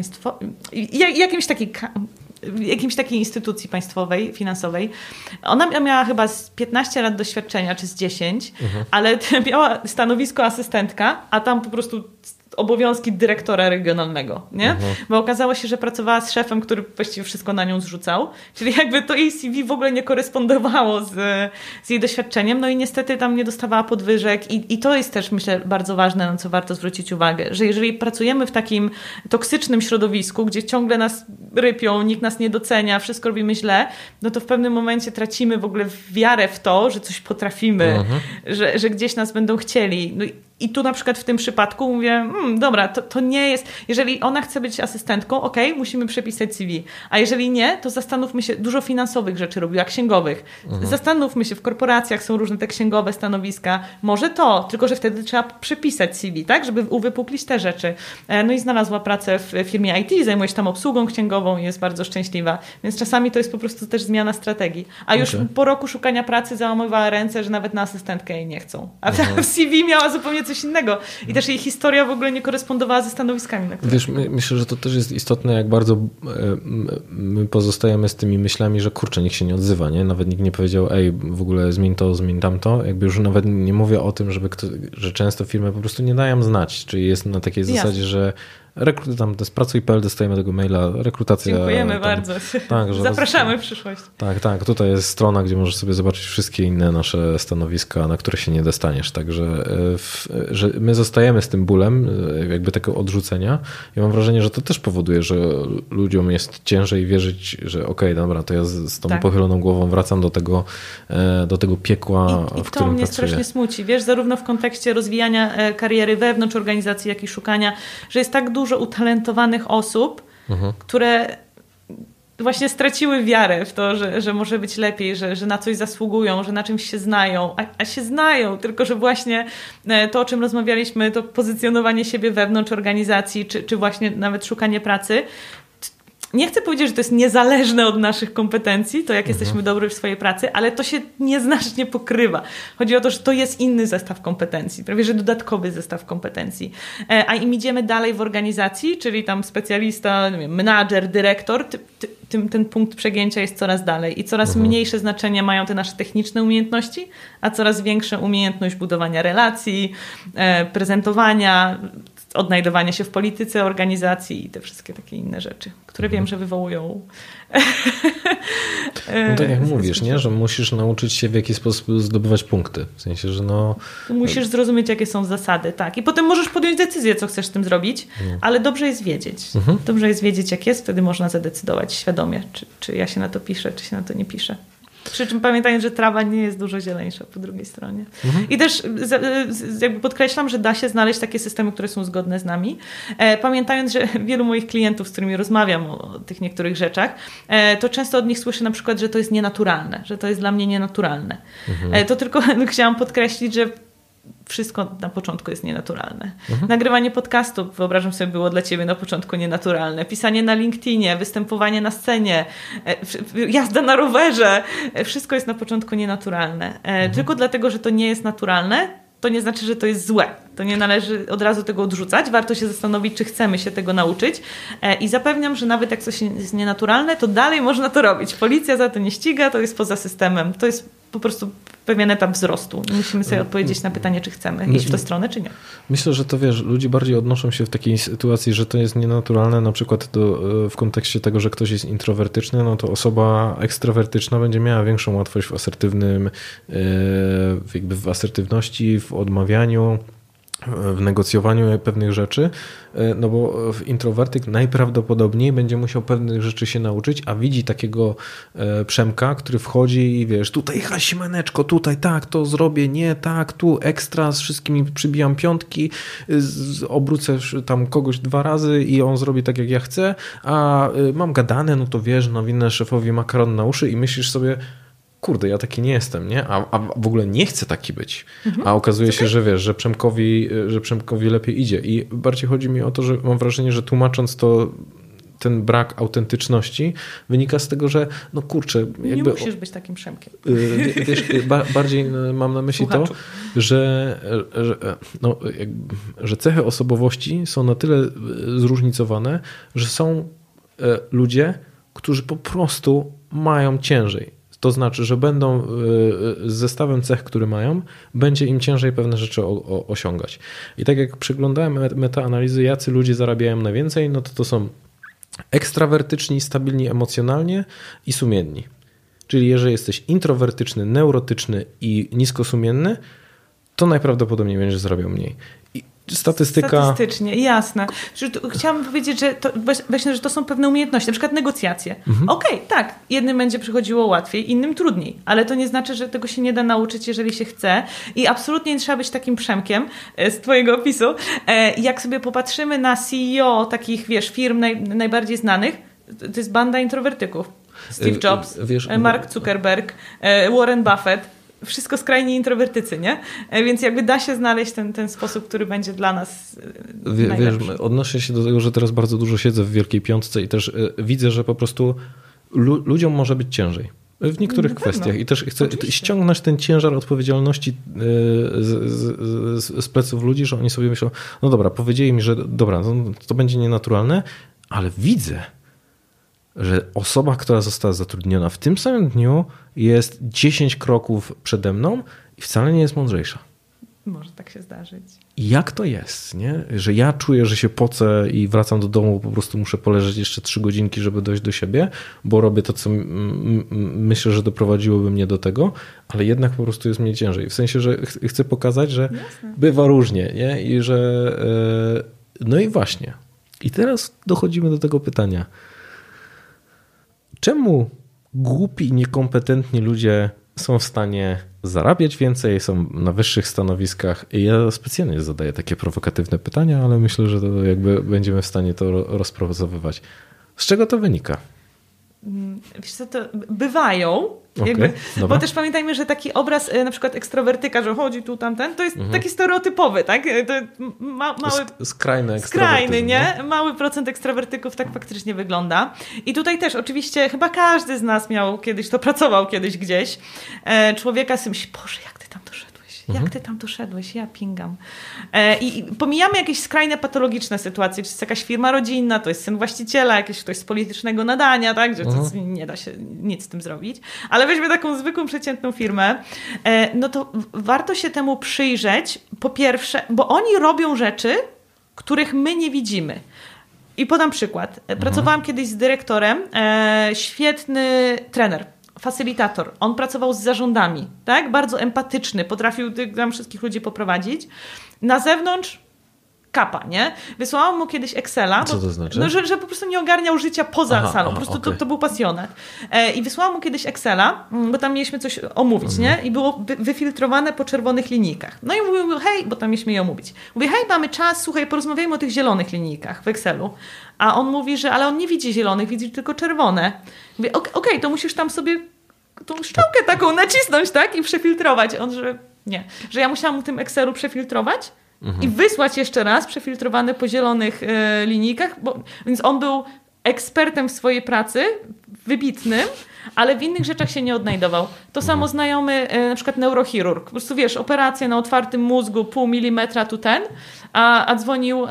jakimś takiej instytucji państwowej, finansowej. Ona miała chyba z 15 lat doświadczenia, czy z 10, ale miała stanowisko asystentka, a tam po prostu obowiązki dyrektora regionalnego, nie? Bo okazało się, że pracowała z szefem, który właściwie wszystko na nią zrzucał, czyli jakby to jej CV w ogóle nie korespondowało z jej doświadczeniem, no i niestety tam nie dostawała podwyżek i to jest też, myślę, bardzo ważne, na co warto zwrócić uwagę, że jeżeli pracujemy w takim toksycznym środowisku, gdzie ciągle nas rypią, nikt nas nie docenia, wszystko robimy źle, no to w pewnym momencie tracimy w ogóle wiarę w to, że coś potrafimy, że gdzieś nas będą chcieli. No i tu na przykład w tym przypadku mówię, dobra, to nie jest, jeżeli ona chce być asystentką, okej, musimy przepisać CV, a jeżeli nie, to zastanówmy się, dużo finansowych rzeczy robiła, księgowych. Zastanówmy się, w korporacjach są różne te księgowe stanowiska, może to, tylko że wtedy trzeba przepisać CV, tak, żeby uwypuklić te rzeczy. No i znalazła pracę w firmie IT, zajmuje się tam obsługą księgową i jest bardzo szczęśliwa, więc czasami to jest po prostu też zmiana strategii. A już po roku szukania pracy załamywała ręce, że nawet na asystentkę jej nie chcą. A w CV miała zupełnie coś innego. I też jej historia w ogóle nie korespondowała ze stanowiskami. Na które... Wiesz, myślę, że to też jest istotne, jak bardzo my pozostajemy z tymi myślami, że kurczę, nikt się nie odzywa, nie? Nawet nikt nie powiedział, w ogóle zmień to, zmień tamto. Jakby już nawet nie mówię o tym, że często firmy po prostu nie dają znać, czyli jest na takiej zasadzie, że tam z pracuj.pl dostajemy tego maila, rekrutacja. Dziękujemy bardzo. Tak, zapraszamy w przyszłość. Tak. Tutaj jest strona, gdzie możesz sobie zobaczyć wszystkie inne nasze stanowiska, na które się nie dostaniesz. Także że my zostajemy z tym bólem jakby tego odrzucenia i mam wrażenie, że to też powoduje, że ludziom jest ciężej wierzyć, że dobra, to ja z tą pochyloną głową wracam do tego piekła, w którym pracuję. I to mnie strasznie smuci. Wiesz, zarówno w kontekście rozwijania kariery wewnątrz organizacji, jak i szukania, że jest tak dużo utalentowanych osób, które właśnie straciły wiarę w to, że może być lepiej, że na coś zasługują, że na czymś się znają, a się znają, tylko że właśnie to, o czym rozmawialiśmy, to pozycjonowanie siebie wewnątrz organizacji, czy właśnie nawet szukanie pracy, nie chcę powiedzieć, że to jest niezależne od naszych kompetencji, to jak jesteśmy dobrzy w swojej pracy, ale to się nieznacznie pokrywa. Chodzi o to, że to jest inny zestaw kompetencji, prawie że dodatkowy zestaw kompetencji. A im idziemy dalej w organizacji, czyli tam specjalista, nie wiem, menadżer, dyrektor, ten punkt przegięcia jest coraz dalej i coraz mniejsze znaczenie mają te nasze techniczne umiejętności, a coraz większa umiejętność budowania relacji, prezentowania, odnajdowanie się w polityce organizacji i te wszystkie takie inne rzeczy, które wiem, że wywołują... No tak jak mówisz, nie? Że musisz nauczyć się, w jaki sposób zdobywać punkty. W sensie, że musisz zrozumieć, jakie są zasady, tak. I potem możesz podjąć decyzję, co chcesz z tym zrobić, ale dobrze jest wiedzieć. Dobrze jest wiedzieć, jak jest, wtedy można zadecydować świadomie, czy ja się na to piszę, czy się na to nie piszę. Przy czym pamiętajmy, że trawa nie jest dużo zieleńsza po drugiej stronie. I też jakby podkreślam, że da się znaleźć takie systemy, które są zgodne z nami. Pamiętając, że wielu moich klientów, z którymi rozmawiam o tych niektórych rzeczach, to często od nich słyszę na przykład, że to jest nienaturalne, że to jest dla mnie nienaturalne. To tylko chciałam podkreślić, że wszystko na początku jest nienaturalne. Nagrywanie podcastu, wyobrażam sobie, było dla ciebie na początku nienaturalne. Pisanie na LinkedInie, występowanie na scenie, jazda na rowerze. Wszystko jest na początku nienaturalne. Tylko dlatego, że to nie jest naturalne, to nie znaczy, że to jest złe. To nie należy od razu tego odrzucać. Warto się zastanowić, czy chcemy się tego nauczyć. I zapewniam, że nawet jak coś jest nienaturalne, to dalej można to robić. Policja za to nie ściga, to jest poza systemem. To jest po prostu pewien etap wzrostu. Musimy sobie odpowiedzieć na pytanie, czy chcemy iść w tę stronę, czy nie. Myślę, że to wiesz, ludzie bardziej odnoszą się w takiej sytuacji, że to jest nienaturalne, na przykład w kontekście tego, że ktoś jest introwertyczny, no to osoba ekstrawertyczna będzie miała większą łatwość w asertywnym, jakby w asertywności, w odmawianiu, w negocjowaniu pewnych rzeczy, no bo introwertyk najprawdopodobniej będzie musiał pewnych rzeczy się nauczyć, a widzi takiego Przemka, który wchodzi i wiesz, tutaj Hasimaneczko, tutaj tak, to zrobię, nie, tak, tu ekstra, z wszystkimi przybijam piątki, obrócę tam kogoś 2 razy i on zrobi tak, jak ja chcę, a mam gadane, no to wiesz, nawinę szefowi makaron na uszy i myślisz sobie, kurde, ja taki nie jestem, nie? A w ogóle nie chcę taki być. A okazuje się, że wiesz, że Przemkowi lepiej idzie. I bardziej chodzi mi o to, że mam wrażenie, że tłumacząc to, ten brak autentyczności wynika z tego, że no kurczę... Nie jakby, musisz być takim Przemkiem. Wiesz, bardziej mam na myśli to, że cechy osobowości są na tyle zróżnicowane, że są ludzie, którzy po prostu mają ciężej. To znaczy, że będą z zestawem cech, które mają, będzie im ciężej pewne rzeczy osiągać. I tak jak przeglądałem metaanalizy, jacy ludzie zarabiają najwięcej, no to są ekstrawertyczni, stabilni emocjonalnie i sumienni. Czyli jeżeli jesteś introwertyczny, neurotyczny i niskosumienny, to najprawdopodobniej będziesz zarabiał mniej. Statystycznie, jasne. Chciałam powiedzieć, że właśnie, że to są pewne umiejętności, na przykład negocjacje. Okej, tak, jednym będzie przychodziło łatwiej, innym trudniej, ale to nie znaczy, że tego się nie da nauczyć, jeżeli się chce i absolutnie nie trzeba być takim Przemkiem z twojego opisu. Jak sobie popatrzymy na CEO takich, wiesz, firm najbardziej znanych, to jest banda introwertyków. Steve Jobs, Mark Zuckerberg, Warren Buffett. Wszystko skrajnie introwertycy, nie? Więc jakby da się znaleźć ten sposób, który będzie dla nas najlepszy. Wiesz, odnoszę się do tego, że teraz bardzo dużo siedzę w Wielkiej Piątce i też widzę, że po prostu ludziom może być ciężej. W niektórych kwestiach. I też chcę ściągnąć ten ciężar odpowiedzialności z pleców ludzi, że oni sobie myślą, no dobra, powiedzieli mi, że dobra, to będzie nienaturalne, ale widzę, że osoba, która została zatrudniona w tym samym dniu jest 10 kroków przede mną i wcale nie jest mądrzejsza. Może tak się zdarzyć. I jak to jest, nie? Że ja czuję, że się pocę i wracam do domu, po prostu muszę poleżeć jeszcze 3 godzinki, żeby dojść do siebie, bo robię to, co myślę, że doprowadziłoby mnie do tego, ale jednak po prostu jest mnie ciężej. W sensie, że chcę pokazać, że bywa różnie, nie? I że... No i właśnie. I teraz dochodzimy do tego pytania. Czemu głupi i niekompetentni ludzie są w stanie zarabiać więcej, są na wyższych stanowiskach? I ja specjalnie zadaję takie prowokatywne pytania, ale myślę, że to jakby będziemy w stanie to rozpracowywać. Z czego to wynika? wiesz co, to bywają, jakby, bo też pamiętajmy, że taki obraz na przykład ekstrawertyka, że chodzi tu, tamten, to jest taki stereotypowy, tak? To skrajny, nie? No? Mały procent ekstrawertyków tak faktycznie wygląda. I tutaj też oczywiście chyba każdy z nas miał kiedyś, to pracował kiedyś gdzieś, człowieka z tym myśli, Boże, jak ty tam doszedłeś? Jak ty tam doszedłeś? Ja pingam. I pomijamy jakieś skrajne patologiczne sytuacje, czy jest jakaś firma rodzinna, to jest syn właściciela, jakiś ktoś z politycznego nadania, tak? Że nie da się nic z tym zrobić. Ale weźmy taką zwykłą, przeciętną firmę, no to warto się temu przyjrzeć, po pierwsze, bo oni robią rzeczy, których my nie widzimy. I podam przykład. Pracowałam kiedyś z dyrektorem, świetny trener, facylitator. On pracował z zarządami, tak? Bardzo empatyczny, potrafił tam wszystkich ludzi poprowadzić. Na zewnątrz kapa, nie? Wysłałam mu kiedyś Excela. Co to znaczy? No, że po prostu nie ogarniał życia poza salą. Po prostu to był pasjonat. I wysłałam mu kiedyś Excela, bo tam mieliśmy coś omówić, nie? I było wyfiltrowane po czerwonych linijkach. No i mówił, hej, bo tam mieliśmy je omówić. Mówię, hej, mamy czas, słuchaj, porozmawiajmy o tych zielonych linijkach w Excelu. A on mówi, że ale on nie widzi zielonych, widzi tylko czerwone. Mówię, okej, to musisz tam sobie tą strzałkę taką nacisnąć, tak? I przefiltrować. On, że nie. Że ja musiałam mu tym Excelu przefiltrować i wysłać jeszcze raz przefiltrowany po zielonych linijkach, więc on był ekspertem w swojej pracy, wybitnym, ale w innych rzeczach się nie odnajdował. To samo znajomy, na przykład neurochirurg. Po prostu wiesz, operacja na otwartym mózgu, 0,5 milimetra tu a dzwonił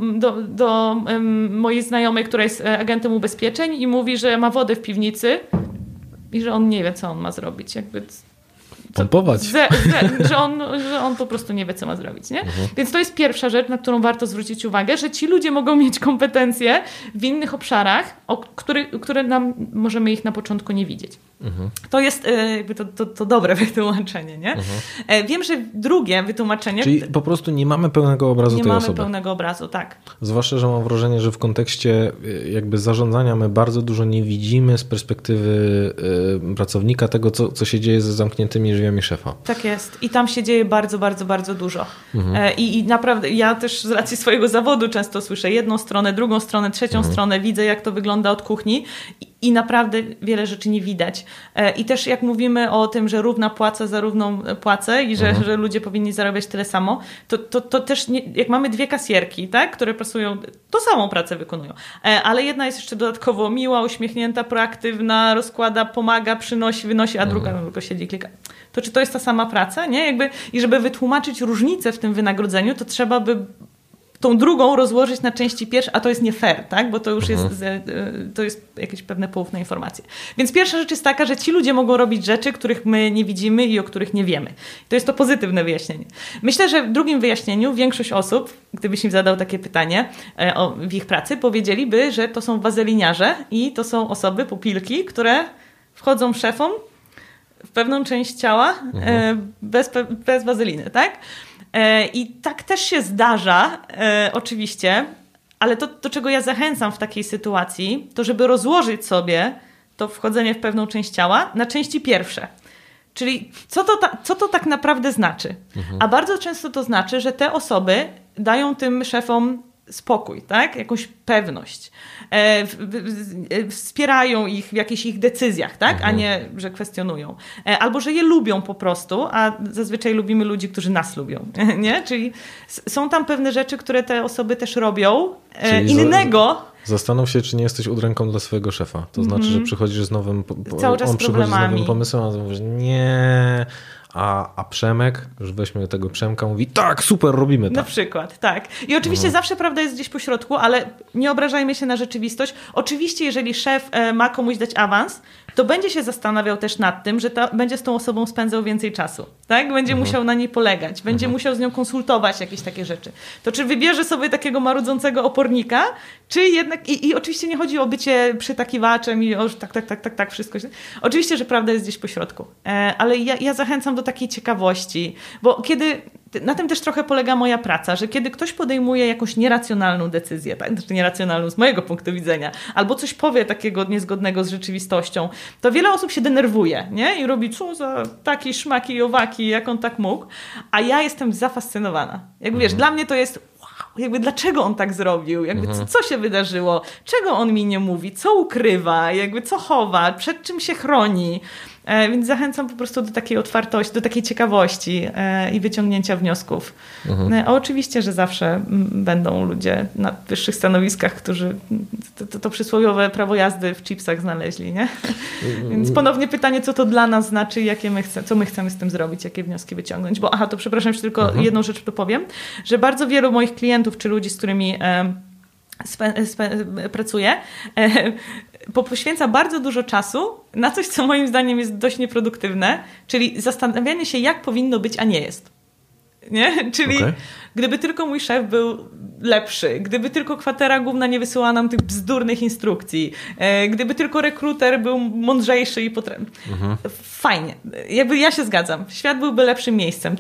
do mojej znajomej, która jest agentem ubezpieczeń i mówi, że ma wodę w piwnicy i że on nie wie, co on ma zrobić. Jakby pompować. Że on po prostu nie wie, co ma zrobić. Nie? Więc to jest pierwsza rzecz, na którą warto zwrócić uwagę, że ci ludzie mogą mieć kompetencje w innych obszarach, które nam możemy ich na początku nie widzieć. To jest jakby to dobre wytłumaczenie. Nie? Wiem, że drugie wytłumaczenie... Czyli po prostu nie mamy pełnego obrazu tej osoby. Nie mamy pełnego obrazu, tak. Zwłaszcza, że mam wrażenie, że w kontekście jakby zarządzania my bardzo dużo nie widzimy z perspektywy pracownika tego, co się dzieje ze zamkniętymi drzwiami szefa. Tak jest. I tam się dzieje bardzo, bardzo, bardzo dużo. I naprawdę ja też z racji swojego zawodu często słyszę jedną stronę, drugą stronę, trzecią stronę, widzę, jak to wygląda od kuchni i naprawdę wiele rzeczy nie widać. I też jak mówimy o tym, że równa płaca za równą płacę i że ludzie powinni zarabiać tyle samo, to też nie, jak mamy dwie kasjerki, tak, które pracują, to samą pracę wykonują, ale jedna jest jeszcze dodatkowo miła, uśmiechnięta, proaktywna, rozkłada, pomaga, przynosi, wynosi, a druga tylko siedzi i klika. To czy to jest ta sama praca? Nie? Jakby, i żeby wytłumaczyć różnicę w tym wynagrodzeniu, to trzeba by tą drugą rozłożyć na części pierwsze, a to jest nie fair, tak? Bo to już jest jakieś pewne poufne informacje. Więc pierwsza rzecz jest taka, że ci ludzie mogą robić rzeczy, których my nie widzimy i o których nie wiemy. To jest to pozytywne wyjaśnienie. Myślę, że w drugim wyjaśnieniu większość osób, gdybyś im zadał takie pytanie w ich pracy, powiedzieliby, że to są wazeliniarze i to są osoby, pupilki, które wchodzą szefom w pewną część ciała bez wazeliny, tak? I tak też się zdarza, oczywiście, ale to, do czego ja zachęcam w takiej sytuacji, to żeby rozłożyć sobie to wchodzenie w pewną część ciała na części pierwsze. Czyli co to tak naprawdę znaczy? A bardzo często to znaczy, że te osoby dają tym szefom spokój, tak? Jakąś pewność. Wspierają ich w jakichś ich decyzjach, tak? A nie, że kwestionują. Albo, że je lubią po prostu, a zazwyczaj lubimy ludzi, którzy nas lubią. Nie? Czyli są tam pewne rzeczy, które te osoby też robią. Innego... Zastanów się, czy nie jesteś udręką dla swojego szefa. To znaczy, że przychodzisz z nowym... Cały czas on przychodzi z nowym pomysłem, a ty mówisz, nie... A Przemek, już weźmy tego Przemka, mówi tak, super, robimy tak. Na przykład, tak. I oczywiście zawsze prawda jest gdzieś po środku, ale nie obrażajmy się na rzeczywistość. Oczywiście, jeżeli szef ma komuś dać awans, to będzie się zastanawiał też nad tym, że będzie z tą osobą spędzał więcej czasu. Tak? Będzie musiał na niej polegać, będzie musiał z nią konsultować jakieś takie rzeczy. To czy wybierze sobie takiego marudzącego opornika, czy jednak... I oczywiście nie chodzi o bycie przytakiwaczem i o tak, wszystko. Oczywiście, że prawda jest gdzieś po środku. Ale ja zachęcam do takiej ciekawości, bo kiedy... Na tym też trochę polega moja praca, że kiedy ktoś podejmuje jakąś nieracjonalną decyzję, tak? Znaczy nieracjonalną z mojego punktu widzenia, albo coś powie takiego niezgodnego z rzeczywistością, to wiele osób się denerwuje, nie? I robi, co za taki szmaki i owaki, jak on tak mógł, a ja jestem zafascynowana. Jak wiesz, dla mnie to jest wow, jakby dlaczego on tak zrobił, jakby co się wydarzyło, czego on mi nie mówi, co ukrywa, jakby co chowa, przed czym się chroni. Więc zachęcam po prostu do takiej otwartości, do takiej ciekawości i wyciągnięcia wniosków. A oczywiście, że zawsze będą ludzie na wyższych stanowiskach, którzy to przysłowiowe prawo jazdy w chipsach znaleźli, nie? Więc ponownie pytanie, co to dla nas znaczy, co my chcemy z tym zrobić, jakie wnioski wyciągnąć. Bo to przepraszam, jeszcze tylko jedną rzecz dopowiem, że bardzo wielu moich klientów, czy ludzi, z którymi pracuję, poświęca bardzo dużo czasu na coś, co moim zdaniem jest dość nieproduktywne, czyli zastanawianie się, jak powinno być, a nie jest. Nie? Czyli gdyby tylko mój szef był lepszy, gdyby tylko kwatera główna nie wysyłała nam tych bzdurnych instrukcji, gdyby tylko rekruter był mądrzejszy i fajnie. Jakby ja się zgadzam. Świat byłby lepszym miejscem,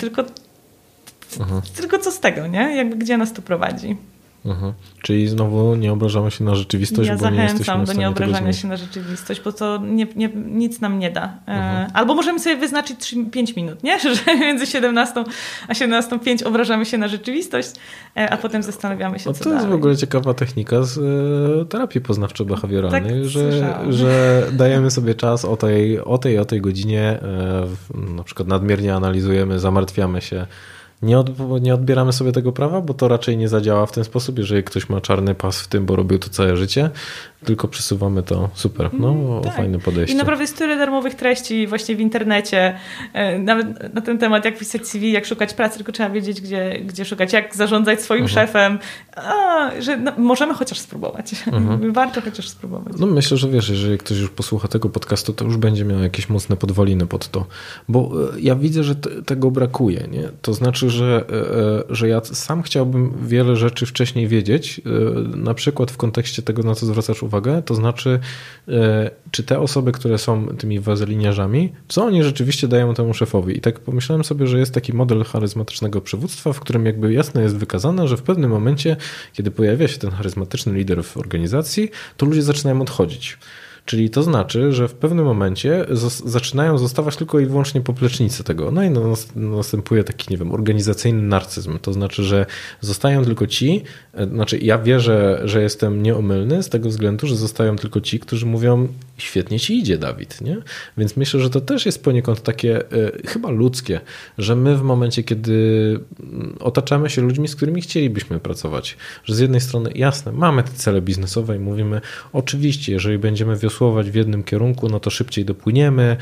tylko co z tego, nie? Jakby gdzie nas to prowadzi? Czyli znowu nie obrażamy się na rzeczywistość, ja bo nie jesteśmy w stanie do nieobrażania się na rzeczywistość, bo to nic nam nie da. Albo możemy sobie wyznaczyć 5 minut, nie? Że między 17 a 17:05 obrażamy się na rzeczywistość, a potem zastanawiamy się, co dalej. To jest w ogóle ciekawa technika z terapii poznawczo-behawioralnej, że dajemy sobie czas o tej godzinie, na przykład nadmiernie analizujemy, zamartwiamy się. Nie odbieramy sobie tego prawa, bo to raczej nie zadziała w ten sposób, jeżeli ktoś ma czarny pas w tym, bo robił to całe życie, tylko przesuwamy to. Super, fajne podejście. I naprawdę jest tyle darmowych treści właśnie w internecie, nawet na ten temat, jak pisać CV, jak szukać pracy, tylko trzeba wiedzieć, gdzie szukać, jak zarządzać swoim szefem, że możemy chociaż spróbować. Warto chociaż spróbować. No myślę, że wiesz, jeżeli ktoś już posłucha tego podcastu, to już będzie miał jakieś mocne podwaliny pod to, bo ja widzę, że tego brakuje, nie? To znaczy, że ja sam chciałbym wiele rzeczy wcześniej wiedzieć, na przykład w kontekście tego, na co zwracasz uwagę, to znaczy, czy te osoby, które są tymi wazeliniarzami, co oni rzeczywiście dają temu szefowi. I tak pomyślałem sobie, że jest taki model charyzmatycznego przywództwa, w którym jakby jasno jest wykazane, że w pewnym momencie, kiedy pojawia się ten charyzmatyczny lider w organizacji, to ludzie zaczynają odchodzić. Czyli to znaczy, że w pewnym momencie zaczynają zostawać tylko i wyłącznie poplecznicy tego. No i następuje taki, nie wiem, organizacyjny narcyzm. To znaczy, że zostają tylko ci, znaczy ja wierzę, że jestem nieomylny z tego względu, że zostają tylko ci, którzy mówią, świetnie ci idzie, Dawid, nie? Więc myślę, że to też jest poniekąd takie chyba ludzkie, że my w momencie, kiedy otaczamy się ludźmi, z którymi chcielibyśmy pracować, że z jednej strony jasne, mamy te cele biznesowe i mówimy, oczywiście, jeżeli będziemy wiosłować w jednym kierunku, no to szybciej dopłyniemy,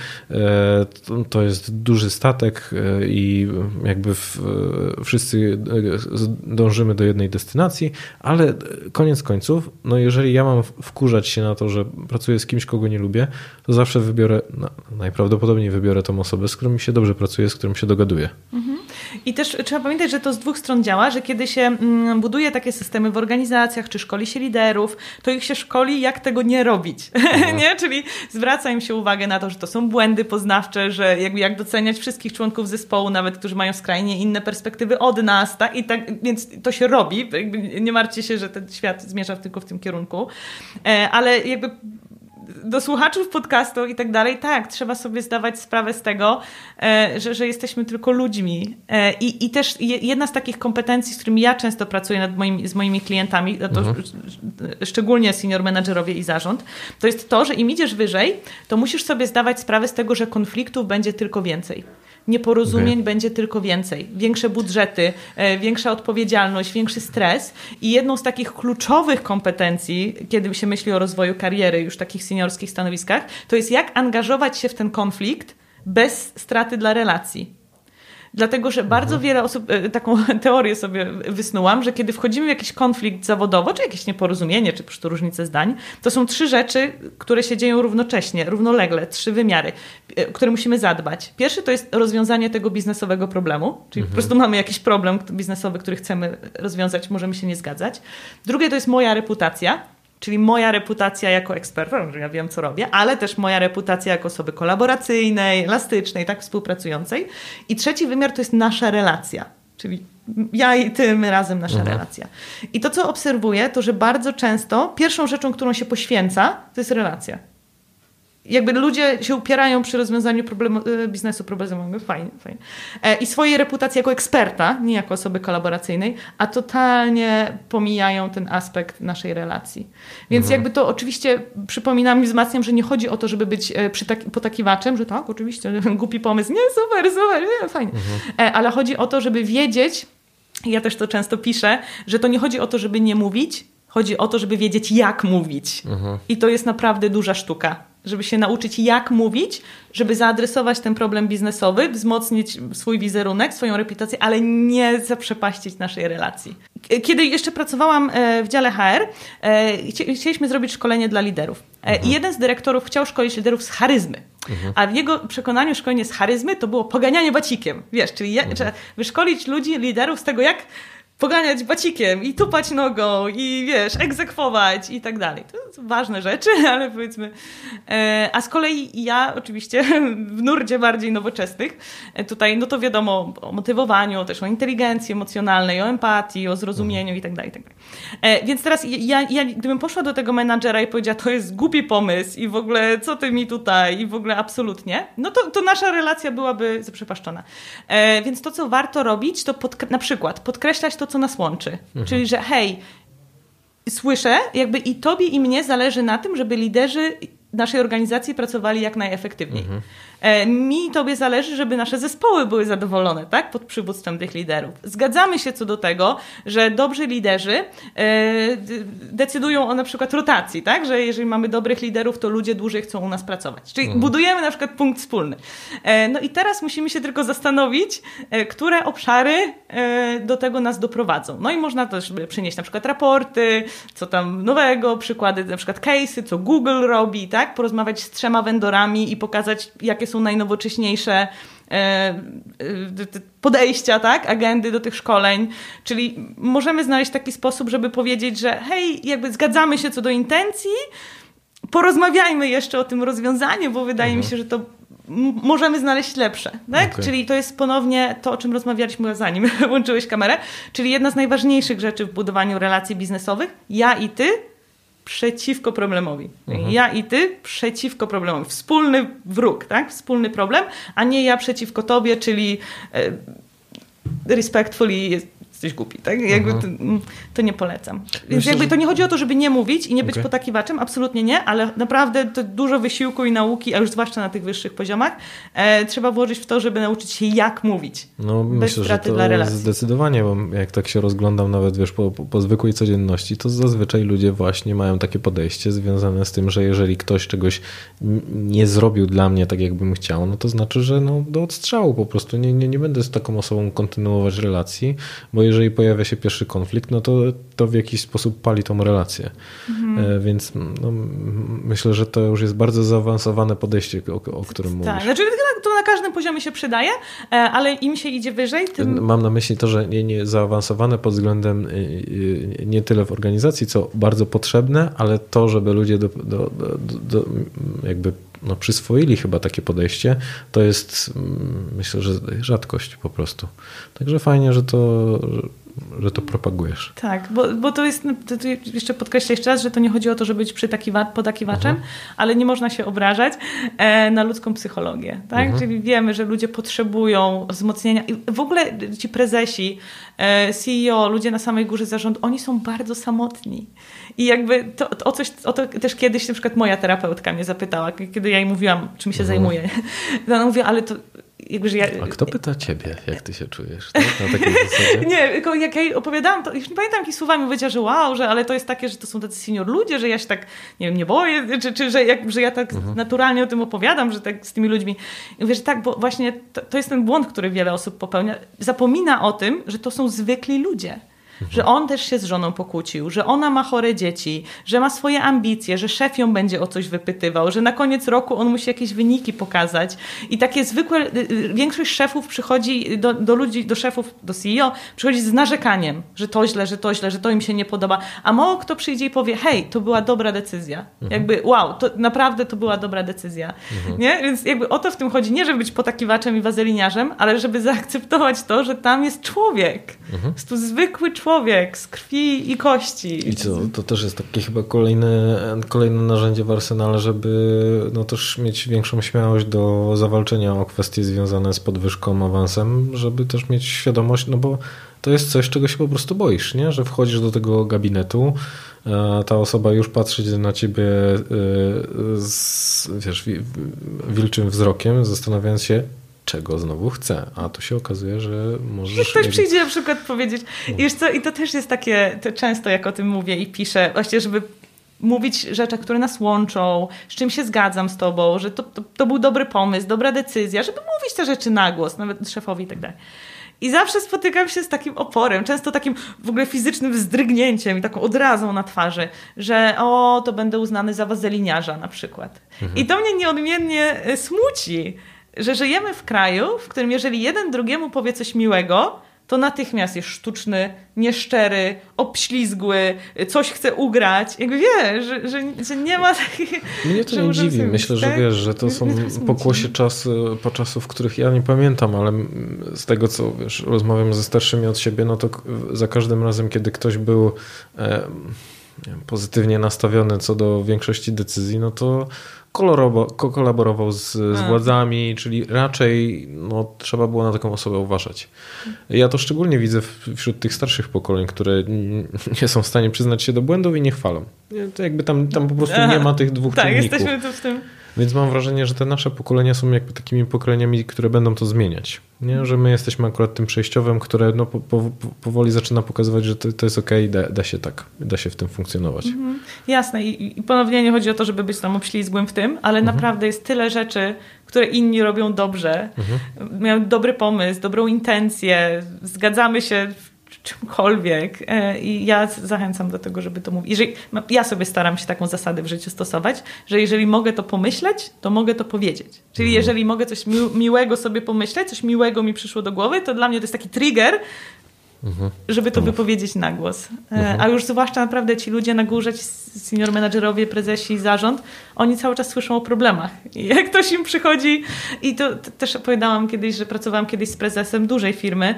to jest duży statek i jakby wszyscy dążymy do jednej destynacji, ale koniec końców, no jeżeli ja mam wkurzać się na to, że pracuję z kimś, kogo nie lubię, to zawsze najprawdopodobniej wybiorę tą osobę, z którą mi się dobrze pracuje, z którą się dogaduję. I też trzeba pamiętać, że to z dwóch stron działa, że kiedy się buduje takie systemy w organizacjach, czy szkoli się liderów, to ich się szkoli, jak tego nie robić. Nie? Czyli zwraca im się uwagę na to, że to są błędy poznawcze, że jak doceniać wszystkich członków zespołu, nawet którzy mają skrajnie inne perspektywy od nas, tak? I tak, więc to się robi. Nie martwcie się, że ten świat zmierza tylko w tym kierunku. Ale jakby do słuchaczów podcastu i tak dalej, tak, trzeba sobie zdawać sprawę z tego, że jesteśmy tylko ludźmi. I też jedna z takich kompetencji, z którymi ja często pracuję z moimi klientami, to szczególnie senior menadżerowie i zarząd, to jest to, że im idziesz wyżej, to musisz sobie zdawać sprawę z tego, że konfliktów będzie tylko więcej. Nieporozumień będzie tylko więcej. Większe budżety, większa odpowiedzialność, większy stres. I jedną z takich kluczowych kompetencji, kiedy się myśli o rozwoju kariery już w takich seniorskich stanowiskach, to jest jak angażować się w ten konflikt bez straty dla relacji. Dlatego, że bardzo wiele osób, taką teorię sobie wysnułam, że kiedy wchodzimy w jakiś konflikt zawodowy, czy jakieś nieporozumienie, czy po prostu różnice zdań, to są 3 rzeczy, które się dzieją równocześnie, równolegle, 3 wymiary, które musimy zadbać. Pierwszy to jest rozwiązanie tego biznesowego problemu, czyli po prostu mamy jakiś problem biznesowy, który chcemy rozwiązać, możemy się nie zgadzać. Drugie to jest moja reputacja, czyli moja reputacja jako eksperta, że ja wiem, co robię, ale też moja reputacja jako osoby kolaboracyjnej, elastycznej, tak, współpracującej. I trzeci wymiar to jest nasza relacja, czyli ja i ty, my razem nasza relacja. I to, co obserwuję, to, że bardzo często pierwszą rzeczą, którą się poświęca, to jest relacja. jakby ludzie się upierają przy rozwiązaniu biznesu problemowego. Fajnie. I swojej reputacji jako eksperta, nie jako osoby kolaboracyjnej, a totalnie pomijają ten aspekt naszej relacji. Więc jakby to oczywiście przypominam i wzmacniam, że nie chodzi o to, żeby być potakiwaczem, że tak, oczywiście, głupi pomysł, nie, super, nie, fajnie. Ale chodzi o to, żeby wiedzieć, ja też to często piszę, że to nie chodzi o to, żeby nie mówić, chodzi o to, żeby wiedzieć, jak mówić. I to jest naprawdę duża sztuka. Żeby się nauczyć, jak mówić, żeby zaadresować ten problem biznesowy, wzmocnić swój wizerunek, swoją reputację, ale nie zaprzepaścić naszej relacji. Kiedy jeszcze pracowałam w dziale HR, chcieliśmy zrobić szkolenie dla liderów. I jeden z dyrektorów chciał szkolić liderów z charyzmy. A w jego przekonaniu szkolenie z charyzmy to było poganianie bacikiem. Wiesz, czyli trzeba wyszkolić ludzi, liderów z tego, jak poganiać bacikiem i tupać nogą i wiesz, egzekwować i tak dalej. To są ważne rzeczy, ale powiedzmy... A z kolei ja oczywiście w nurcie bardziej nowoczesnych, tutaj no to wiadomo o motywowaniu, też o inteligencji emocjonalnej, o empatii, o zrozumieniu i tak dalej. Więc teraz ja gdybym poszła do tego menadżera i powiedziała, to jest głupi pomysł i w ogóle co ty mi tutaj i w ogóle absolutnie, no to nasza relacja byłaby zaprzepaszczona. Więc to, co warto robić, to na przykład podkreślać to, co nas łączy. Czyli, że hej, słyszę, jakby i tobie, i mnie zależy na tym, żeby liderzy naszej organizacji pracowali jak najefektywniej. Mi i tobie zależy, żeby nasze zespoły były zadowolone, tak? Pod przywództwem tych liderów. Zgadzamy się co do tego, że dobrzy liderzy decydują o na przykład rotacji, tak? Że jeżeli mamy dobrych liderów, to ludzie dłużej chcą u nas pracować. Czyli budujemy na przykład punkt wspólny. No i teraz musimy się tylko zastanowić, które obszary do tego nas doprowadzą. No i można też przynieść na przykład raporty, co tam nowego, przykłady, na przykład case'y, co Google robi, tak? Porozmawiać z 3 vendorami i pokazać, jakie są najnowocześniejsze podejścia, tak? Agendy do tych szkoleń. Czyli możemy znaleźć taki sposób, żeby powiedzieć, że hej, jakby zgadzamy się co do intencji, porozmawiajmy jeszcze o tym rozwiązaniu, bo wydaje mi się, że to możemy znaleźć lepsze. Tak? Okay. Czyli to jest ponownie to, o czym rozmawialiśmy zanim włączyłeś kamerę, czyli jedna z najważniejszych rzeczy w budowaniu relacji biznesowych. Ja i ty przeciwko problemowi. Ja i ty przeciwko problemowi. Wspólny wróg, tak? Wspólny problem, a nie ja przeciwko tobie, czyli respectfully jesteś głupi, tak? Jakby to nie polecam. Więc myślę, jakby to nie chodzi o to, żeby nie mówić i nie być potakiwaczem, absolutnie nie, ale naprawdę to dużo wysiłku i nauki, a już zwłaszcza na tych wyższych poziomach, trzeba włożyć w to, żeby nauczyć się jak mówić. No myślę, że to zdecydowanie, bo jak tak się rozglądam nawet wiesz, po zwykłej codzienności, to zazwyczaj ludzie właśnie mają takie podejście związane z tym, że jeżeli ktoś czegoś nie zrobił dla mnie tak, jakbym chciał, no to znaczy, że no, do odstrzału po prostu nie będę z taką osobą kontynuować relacji, bo jeżeli pojawia się pierwszy konflikt, no to w jakiś sposób pali tą relację. Więc no, myślę, że to już jest bardzo zaawansowane podejście, o którym mówisz. Tak, znaczy to na każdym poziomie się przydaje, ale im się idzie wyżej, tym... Mam na myśli to, że nie zaawansowane pod względem nie tyle w organizacji, co bardzo potrzebne, ale to, żeby ludzie jakby no, przyswoili chyba takie podejście, to jest myślę, że rzadkość po prostu. Także fajnie, że to propagujesz. Tak, bo to jest, to jeszcze podkreślę jeszcze raz, że to nie chodzi o to, żeby być potakiwaczem, ale nie można się obrażać na ludzką psychologię. Tak? Czyli wiemy, że ludzie potrzebują wzmocnienia. I w ogóle ci prezesi, CEO, ludzie na samej górze zarządu, oni są bardzo samotni. I jakby to też kiedyś na przykład moja terapeutka mnie zapytała, kiedy ja jej mówiłam, czym się zajmuję. Ona mówiła, ale to jakby, że ja... A kto pyta ciebie, jak ty się czujesz? Tak? Na takiej zasadzie? Nie, tylko jak ja jej opowiadałam, to już nie pamiętam, jakimi słowami powiedziała, że wow, ale to jest takie, że to są tacy senior ludzie, że ja się tak, nie wiem, nie boję, czy że ja tak naturalnie o tym opowiadam, że tak z tymi ludźmi. I mówię, że tak, bo właśnie to jest ten błąd, który wiele osób popełnia. Zapomina o tym, że to są zwykli ludzie. Że on też się z żoną pokłócił, że ona ma chore dzieci, że ma swoje ambicje, że szef ją będzie o coś wypytywał, że na koniec roku on musi jakieś wyniki pokazać. I takie zwykłe, większość szefów przychodzi do ludzi, do szefów, do CEO, przychodzi z narzekaniem, że to źle, że to im się nie podoba. A mało kto przyjdzie i powie, hej, to była dobra decyzja. Jakby wow, to naprawdę to była dobra decyzja. Nie? Więc jakby o to w tym chodzi. Nie, żeby być potakiwaczem i wazeliniarzem, ale żeby zaakceptować to, że tam jest człowiek. Jest tu zwykły człowiek, człowiek z krwi i kości. I co, to też jest takie chyba kolejne narzędzie w arsenale, żeby no też mieć większą śmiałość do zawalczenia o kwestie związane z podwyżką, awansem, żeby też mieć świadomość, no bo to jest coś, czego się po prostu boisz, nie? Że wchodzisz do tego gabinetu, ta osoba już patrzy na ciebie z wilczym wzrokiem, zastanawiając się, czego znowu chce. A tu się okazuje, że możesz... Ktoś przyjdzie na przykład powiedzieć, wiesz co, i to też jest takie, to często jak o tym mówię i piszę, właśnie żeby mówić rzeczy, które nas łączą, z czym się zgadzam z tobą, że to był dobry pomysł, dobra decyzja, żeby mówić te rzeczy na głos, nawet szefowi i tak dalej. I zawsze spotykam się z takim oporem, często takim w ogóle fizycznym wzdrygnięciem i taką odrazą na twarzy, że to będę uznany za wazeliniarza na przykład. I to mnie nieodmiennie smuci, że żyjemy w kraju, w którym jeżeli jeden drugiemu powie coś miłego, to natychmiast jest sztuczny, nieszczery, obślizgły, coś chce ugrać. Jakby wiesz, że nie ma takich... Mnie to nie dziwi. Myślę, że wiesz, że to są pokłosie czasów, których ja nie pamiętam, ale z tego, co wiesz, rozmawiam ze starszymi od siebie, no to za każdym razem, kiedy ktoś był pozytywnie nastawiony co do większości decyzji, no to kolaborował z władzami, czyli raczej trzeba było na taką osobę uważać. Ja to szczególnie widzę wśród tych starszych pokoleń, które nie są w stanie przyznać się do błędów i nie chwalą. To jakby tam po prostu nie ma tych dwóch czynników. Tak, jesteśmy tu w tym. Więc mam wrażenie, że te nasze pokolenia są jakby takimi pokoleniami, które będą to zmieniać. Nie? Że my jesteśmy akurat tym przejściowym, które powoli zaczyna pokazywać, że to jest okej, da się w tym funkcjonować. Jasne. I ponownie nie chodzi o to, żeby być tam obślizgłym w tym, ale naprawdę jest tyle rzeczy, które inni robią dobrze. Mają dobry pomysł, dobrą intencję, zgadzamy się w czymkolwiek. I ja zachęcam do tego, żeby to mówić. Ja sobie staram się taką zasadę w życiu stosować, że jeżeli mogę to pomyśleć, to mogę to powiedzieć. Czyli jeżeli mogę coś miłego sobie pomyśleć, coś miłego mi przyszło do głowy, to dla mnie to jest taki trigger, żeby to wypowiedzieć na głos. A już zwłaszcza naprawdę ci ludzie na górze, ci senior menadżerowie, prezesi, zarząd, oni cały czas słyszą o problemach. I jak ktoś im przychodzi, i to też opowiadałam kiedyś, że pracowałam kiedyś z prezesem dużej firmy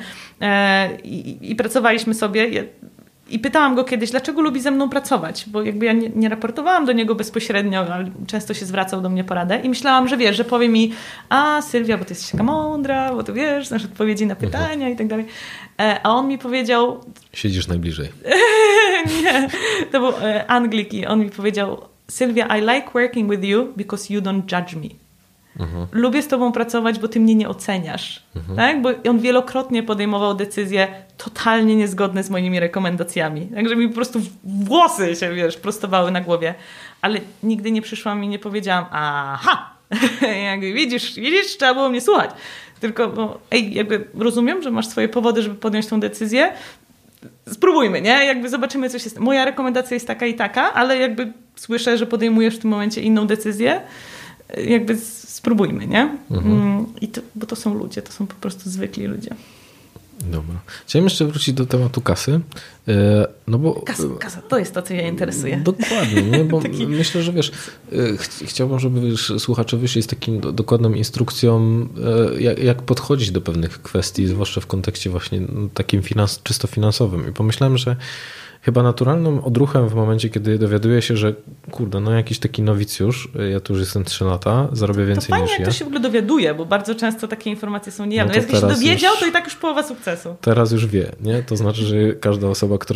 i pracowaliśmy sobie i pytałam go kiedyś, dlaczego lubi ze mną pracować, bo jakby ja nie raportowałam do niego bezpośrednio, ale często się zwracał do mnie poradę i myślałam, że wiesz, że powie mi, Sylwia, bo ty jesteś taka mądra, bo to wiesz, znasz odpowiedzi na pytania i tak dalej. A on mi powiedział... Siedzisz najbliżej. Nie, to był Anglik i on mi powiedział, Sylwia, I like working with you because you don't judge me. Lubię z tobą pracować, bo ty mnie nie oceniasz. Tak? Bo on wielokrotnie podejmował decyzje totalnie niezgodne z moimi rekomendacjami. Także mi po prostu włosy się, prostowały na głowie. Ale nigdy nie przyszłam i nie powiedziałam, aha, jakby widzisz, trzeba było mnie słuchać. Tylko, jakby rozumiem, że masz swoje powody, żeby podjąć tą decyzję. Spróbujmy, nie? Jakby zobaczymy, co się stanie. Moja rekomendacja jest taka i taka, ale jakby słyszę, że podejmujesz w tym momencie inną decyzję. Jakby spróbujmy, nie? Bo to są ludzie, to są po prostu zwykli ludzie. Dobra. Chciałem jeszcze wrócić do tematu kasy. No bo, kasa, to jest to, co mnie interesuje. Dokładnie, nie? Bo myślę, że chciałbym, żeby słuchacze wyszli z takim dokładną instrukcją, jak podchodzić do pewnych kwestii, zwłaszcza w kontekście właśnie takim czysto finansowym. I pomyślałem, że chyba naturalnym odruchem w momencie, kiedy dowiaduję się, że jakiś taki nowicjusz, ja tu już jestem 3 lata, zarobię więcej niż ja. Jak to się w ogóle dowiaduje, bo bardzo często takie informacje są niejawne. Jak się dowiedział, to i tak już połowa sukcesu. Teraz już wie, nie? To znaczy, że każda osoba, która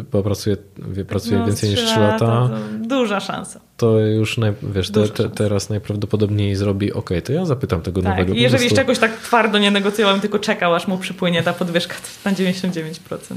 pracuje więcej niż 3 lata, to duża szansa. To już teraz najprawdopodobniej zrobi to ja zapytam tego nowego. I jeżeli czegoś tak twardo nie negocjowałem, tylko czekał, aż mu przypłynie ta podwyżka na 99%.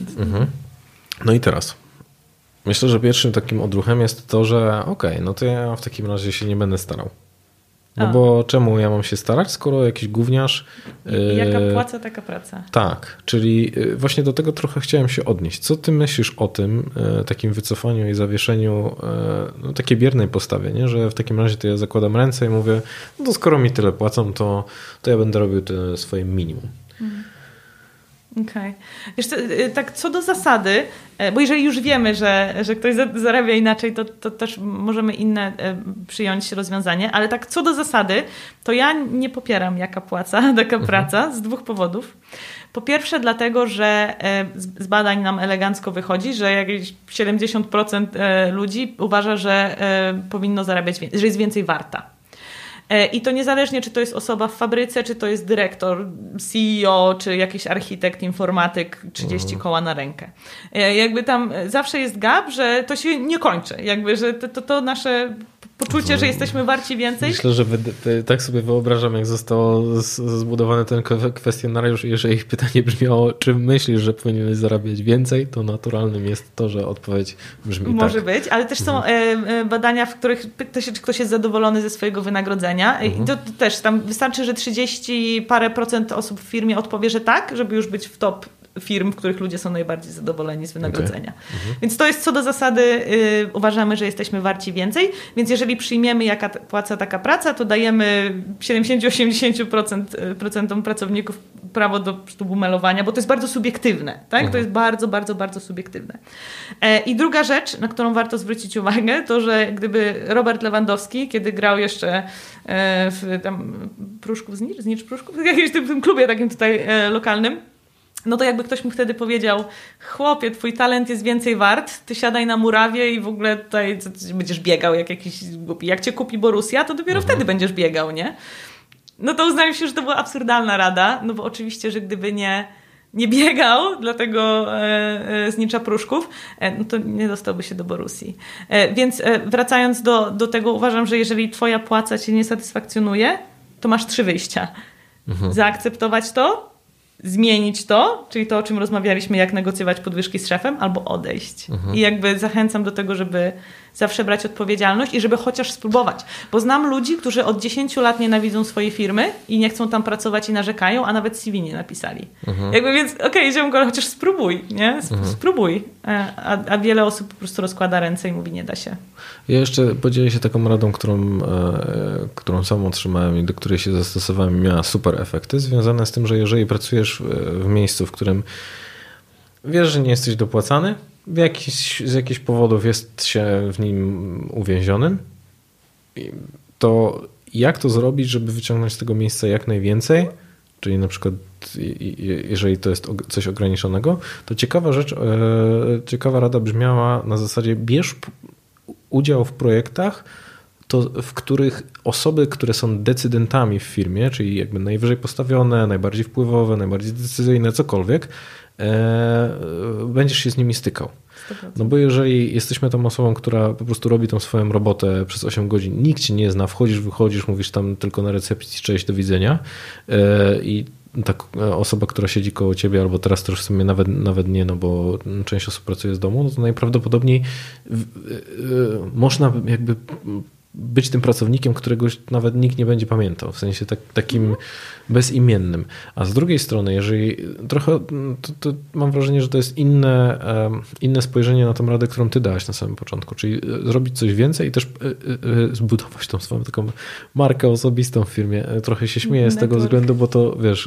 No i teraz. Myślę, że pierwszym takim odruchem jest to, że to ja w takim razie się nie będę starał. No bo czemu ja mam się starać, skoro jakiś gówniarz... Jaka płaca, taka praca. Tak, czyli właśnie do tego trochę chciałem się odnieść. Co ty myślisz o tym takim wycofaniu i zawieszeniu, takiej biernej postawie, nie? Że w takim razie to ja zakładam ręce i mówię, skoro mi tyle płacą, to ja będę robił to swoje minimum. Okej. Jeszcze tak co do zasady, bo jeżeli już wiemy, że ktoś zarabia inaczej, to też możemy inne przyjąć rozwiązanie, ale tak co do zasady, to ja nie popieram jaka płaca, taka praca z 2 powodów. Po pierwsze dlatego, że z badań nam elegancko wychodzi, że jakieś 70% ludzi uważa, że powinno zarabiać więcej, że jest więcej warta. I to niezależnie, czy to jest osoba w fabryce, czy to jest dyrektor, CEO, czy jakiś architekt, informatyk, 30 koła na rękę. Jakby tam zawsze jest gap, że to się nie kończy. Jakby, że to nasze poczucie, że jesteśmy warci więcej. Myślę, że tak sobie wyobrażam, jak został zbudowany ten kwestionariusz, jeżeli ich pytanie brzmiało, czy myślisz, że powinieneś zarabiać więcej, to naturalnym jest to, że odpowiedź brzmi tak. Może być, ale też są badania, w których pyta się, czy ktoś jest zadowolony ze swojego wynagrodzenia. I to też tam wystarczy, że 30 parę procent osób w firmie odpowie, że tak, żeby już być w top firm, w których ludzie są najbardziej zadowoleni z wynagrodzenia. Okay. Więc to jest co do zasady, uważamy, że jesteśmy warci więcej, więc jeżeli przyjmiemy jaka płaca, taka praca, to dajemy 70-80% pracowników prawo do bumelowania, bo to jest bardzo subiektywne. Tak? To jest bardzo, bardzo, bardzo subiektywne. I druga rzecz, na którą warto zwrócić uwagę, to, że gdyby Robert Lewandowski, kiedy grał jeszcze w tam Pruszków, Znicz Pruszków, w jakimś tym klubie takim tutaj lokalnym, no to jakby ktoś mu wtedy powiedział: chłopie, twój talent jest więcej wart, ty siadaj na murawie i w ogóle tutaj będziesz biegał jak jakiś głupi. Jak cię kupi Borussia, to dopiero wtedy będziesz biegał, nie? No to uznałem się, że to była absurdalna rada, no bo oczywiście, że gdyby nie biegał dla tego Znicza Pruszków, no to nie dostałby się do Borussii. Więc wracając do tego, uważam, że jeżeli twoja płaca cię nie satysfakcjonuje, to masz 3 wyjścia. Zaakceptować to, zmienić to, czyli to, o czym rozmawialiśmy, jak negocjować podwyżki z szefem, albo odejść. I jakby zachęcam do tego, żeby zawsze brać odpowiedzialność i żeby chociaż spróbować. Bo znam ludzi, którzy od 10 lat nienawidzą swojej firmy i nie chcą tam pracować i narzekają, a nawet CV nie napisali. Jakby więc ziomko, ale chociaż spróbuj, nie? Spróbuj. A wiele osób po prostu rozkłada ręce i mówi: nie da się. Ja jeszcze podzielę się taką radą, którą sam otrzymałem i do której się zastosowałem, miała super efekty, związane z tym, że jeżeli pracujesz w miejscu, w którym wiesz, że nie jesteś dopłacany, z jakichś powodów jest się w nim uwięzionym, to jak to zrobić, żeby wyciągnąć z tego miejsca jak najwięcej? Czyli na przykład jeżeli to jest coś ograniczonego, to ciekawa rada brzmiała na zasadzie: bierz udział w projektach, w których osoby, które są decydentami w firmie, czyli jakby najwyżej postawione, najbardziej wpływowe, najbardziej decyzyjne, cokolwiek, będziesz się z nimi stykał. 100%. No bo jeżeli jesteśmy tą osobą, która po prostu robi tą swoją robotę przez 8 godzin, nikt cię nie zna, wchodzisz, wychodzisz, mówisz tam tylko na recepcji: cześć, do widzenia, i ta osoba, która siedzi koło ciebie, albo teraz to już w sumie nawet nie, no bo część osób pracuje z domu, no to najprawdopodobniej można jakby być tym pracownikiem, którego nawet nikt nie będzie pamiętał, w sensie takim bezimiennym. A z drugiej strony, jeżeli trochę, to mam wrażenie, że to jest inne spojrzenie na tą radę, którą ty dałaś na samym początku, czyli zrobić coś więcej i też zbudować tą swoją taką markę osobistą w firmie. Trochę się śmieję z tego względu, bo to wiesz,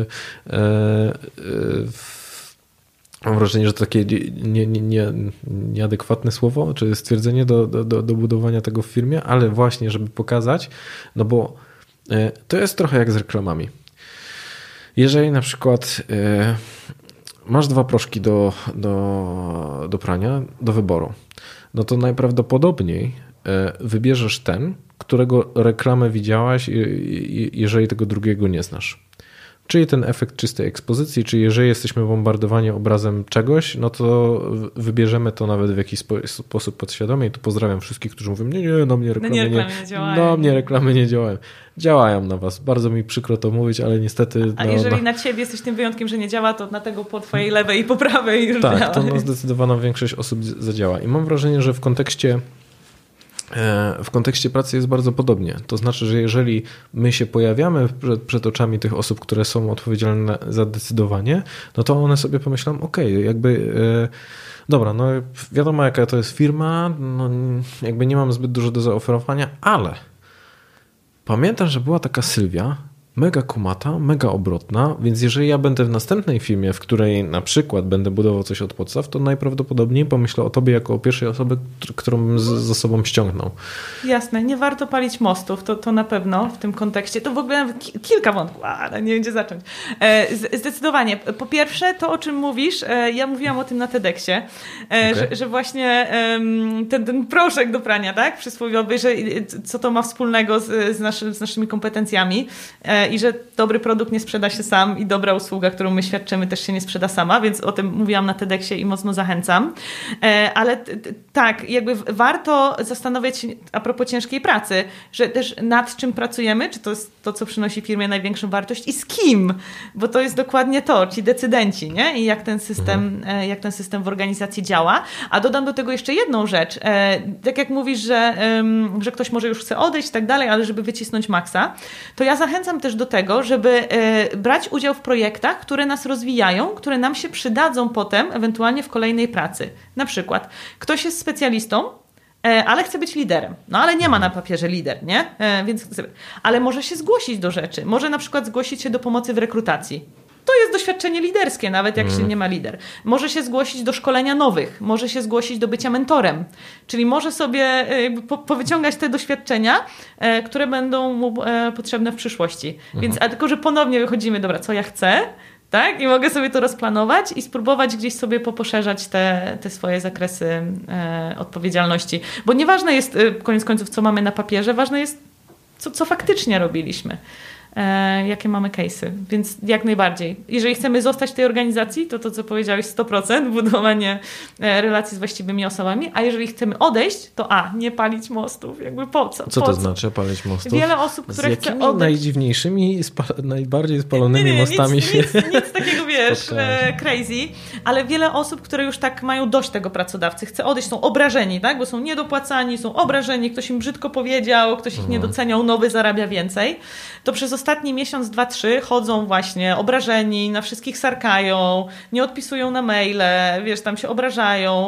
mam wrażenie, że to takie nieadekwatne słowo, czy stwierdzenie do budowania tego w firmie, ale właśnie, żeby pokazać, no bo to jest trochę jak z reklamami. Jeżeli na przykład masz 2 proszki do prania, do wyboru, no to najprawdopodobniej wybierzesz ten, którego reklamę widziałaś, jeżeli tego drugiego nie znasz. Czyli ten efekt czystej ekspozycji, czyli jeżeli jesteśmy bombardowani obrazem czegoś, no to wybierzemy to nawet w jakiś sposób podświadomie. I tu pozdrawiam wszystkich, którzy mówią: nie, na mnie reklamy nie działają. Na mnie reklamy nie działają. Działają na was. Bardzo mi przykro to mówić, ale niestety... A jeżeli na ciebie jesteś tym wyjątkiem, że nie działa, to na tego po twojej lewej i po prawej już działa. Tak, to na zdecydowaną większość osób zadziała. I mam wrażenie, że w kontekście pracy jest bardzo podobnie. To znaczy, że jeżeli my się pojawiamy przed oczami tych osób, które są odpowiedzialne za decydowanie, no to one sobie pomyślą: dobra, no wiadomo jaka to jest firma, no jakby nie mam zbyt dużo do zaoferowania, ale pamiętam, że była taka Sylwia mega kumata, mega obrotna, więc jeżeli ja będę w następnej firmie, w której na przykład będę budował coś od podstaw, to najprawdopodobniej pomyślę o tobie jako o pierwszej osobie, którą bym za sobą ściągnął. Jasne, nie warto palić mostów, to na pewno w tym kontekście. To w ogóle kilka wątków, ale nie wiem gdzie zacząć. Zdecydowanie. Po pierwsze, to o czym mówisz, ja mówiłam o tym na TEDxie, że właśnie ten proszek do prania, tak, przysłowiowy, że co to ma wspólnego z naszymi kompetencjami i że dobry produkt nie sprzeda się sam i dobra usługa, którą my świadczymy, też się nie sprzeda sama, więc o tym mówiłam na TEDxie i mocno zachęcam. Ale tak, jakby warto zastanawiać się a propos ciężkiej pracy, że też nad czym pracujemy, czy to jest to, co przynosi firmie największą wartość i z kim, bo to jest dokładnie to, ci decydenci, nie? I jak ten system w organizacji działa. A dodam do tego jeszcze jedną rzecz. Tak jak mówisz, że ktoś może już chce odejść i tak dalej, ale żeby wycisnąć maksa, to ja zachęcam też do tego, żeby brać udział w projektach, które nas rozwijają, które nam się przydadzą potem, ewentualnie w kolejnej pracy. Na przykład ktoś jest specjalistą, ale chce być liderem. No ale nie ma na papierze lider, nie? Ale może się zgłosić do rzeczy. Może na przykład zgłosić się do pomocy w rekrutacji. To jest doświadczenie liderskie, nawet jak się nie ma lider. Może się zgłosić do szkolenia nowych, może się zgłosić do bycia mentorem. Czyli może sobie powyciągać te doświadczenia, które będą mu potrzebne w przyszłości. Więc, a tylko, że ponownie wychodzimy, dobra, co ja chcę, tak? I mogę sobie to rozplanować i spróbować gdzieś sobie poszerzać te swoje zakresy odpowiedzialności. Bo nieważne jest, koniec końców, co mamy na papierze, ważne jest, co faktycznie robiliśmy. Jakie mamy case'y, więc jak najbardziej. Jeżeli chcemy zostać w tej organizacji, to co powiedziałeś 100%, budowanie relacji z właściwymi osobami, a jeżeli chcemy odejść, to nie palić mostów, jakby po co? Co to znaczy palić mostów? Wiele osób, które chce odejść... najdziwniejszymi, najbardziej spalonymi mostami nic takiego, wiesz, crazy, ale wiele osób, które już tak mają dość tego pracodawcy, chce odejść, są obrażeni, tak? Bo są niedopłacani, są obrażeni, ktoś im brzydko powiedział, ktoś ich nie doceniał, nowy zarabia więcej, to przez ostatni miesiąc, 2, 3 chodzą właśnie obrażeni, na wszystkich sarkają, nie odpisują na maile, wiesz, tam się obrażają,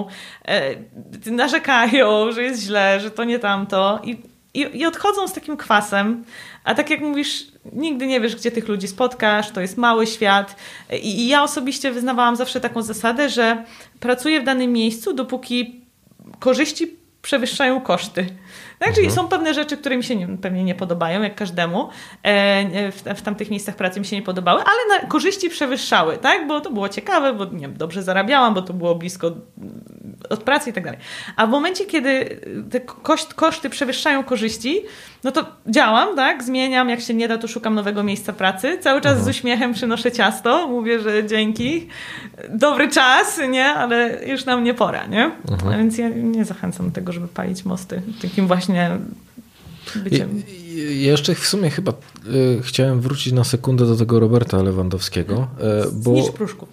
narzekają, że jest źle, że to nie tamto i odchodzą z takim kwasem, a tak jak mówisz, nigdy nie wiesz, gdzie tych ludzi spotkasz, to jest mały świat i ja osobiście wyznawałam zawsze taką zasadę, że pracuję w danym miejscu, dopóki korzyści przewyższają koszty. Tak? Czyli są pewne rzeczy, które mi się pewnie nie podobają, jak każdemu. W tamtych miejscach pracy mi się nie podobały, ale na korzyści przewyższały, tak? Bo to było ciekawe, bo nie wiem, dobrze zarabiałam, bo to było blisko od pracy i tak dalej. A w momencie, kiedy te koszty przewyższają korzyści, no to działam, tak? Zmieniam, jak się nie da, to szukam nowego miejsca pracy. Cały czas z uśmiechem przynoszę ciasto, mówię, że dzięki, dobry czas, nie? Ale już nam nie pora, nie? A więc ja nie zachęcam do tego, żeby palić mosty takim właśnie byciem. Ja jeszcze w sumie chyba chciałem wrócić na sekundę do tego Roberta Lewandowskiego. Znicz pruszków.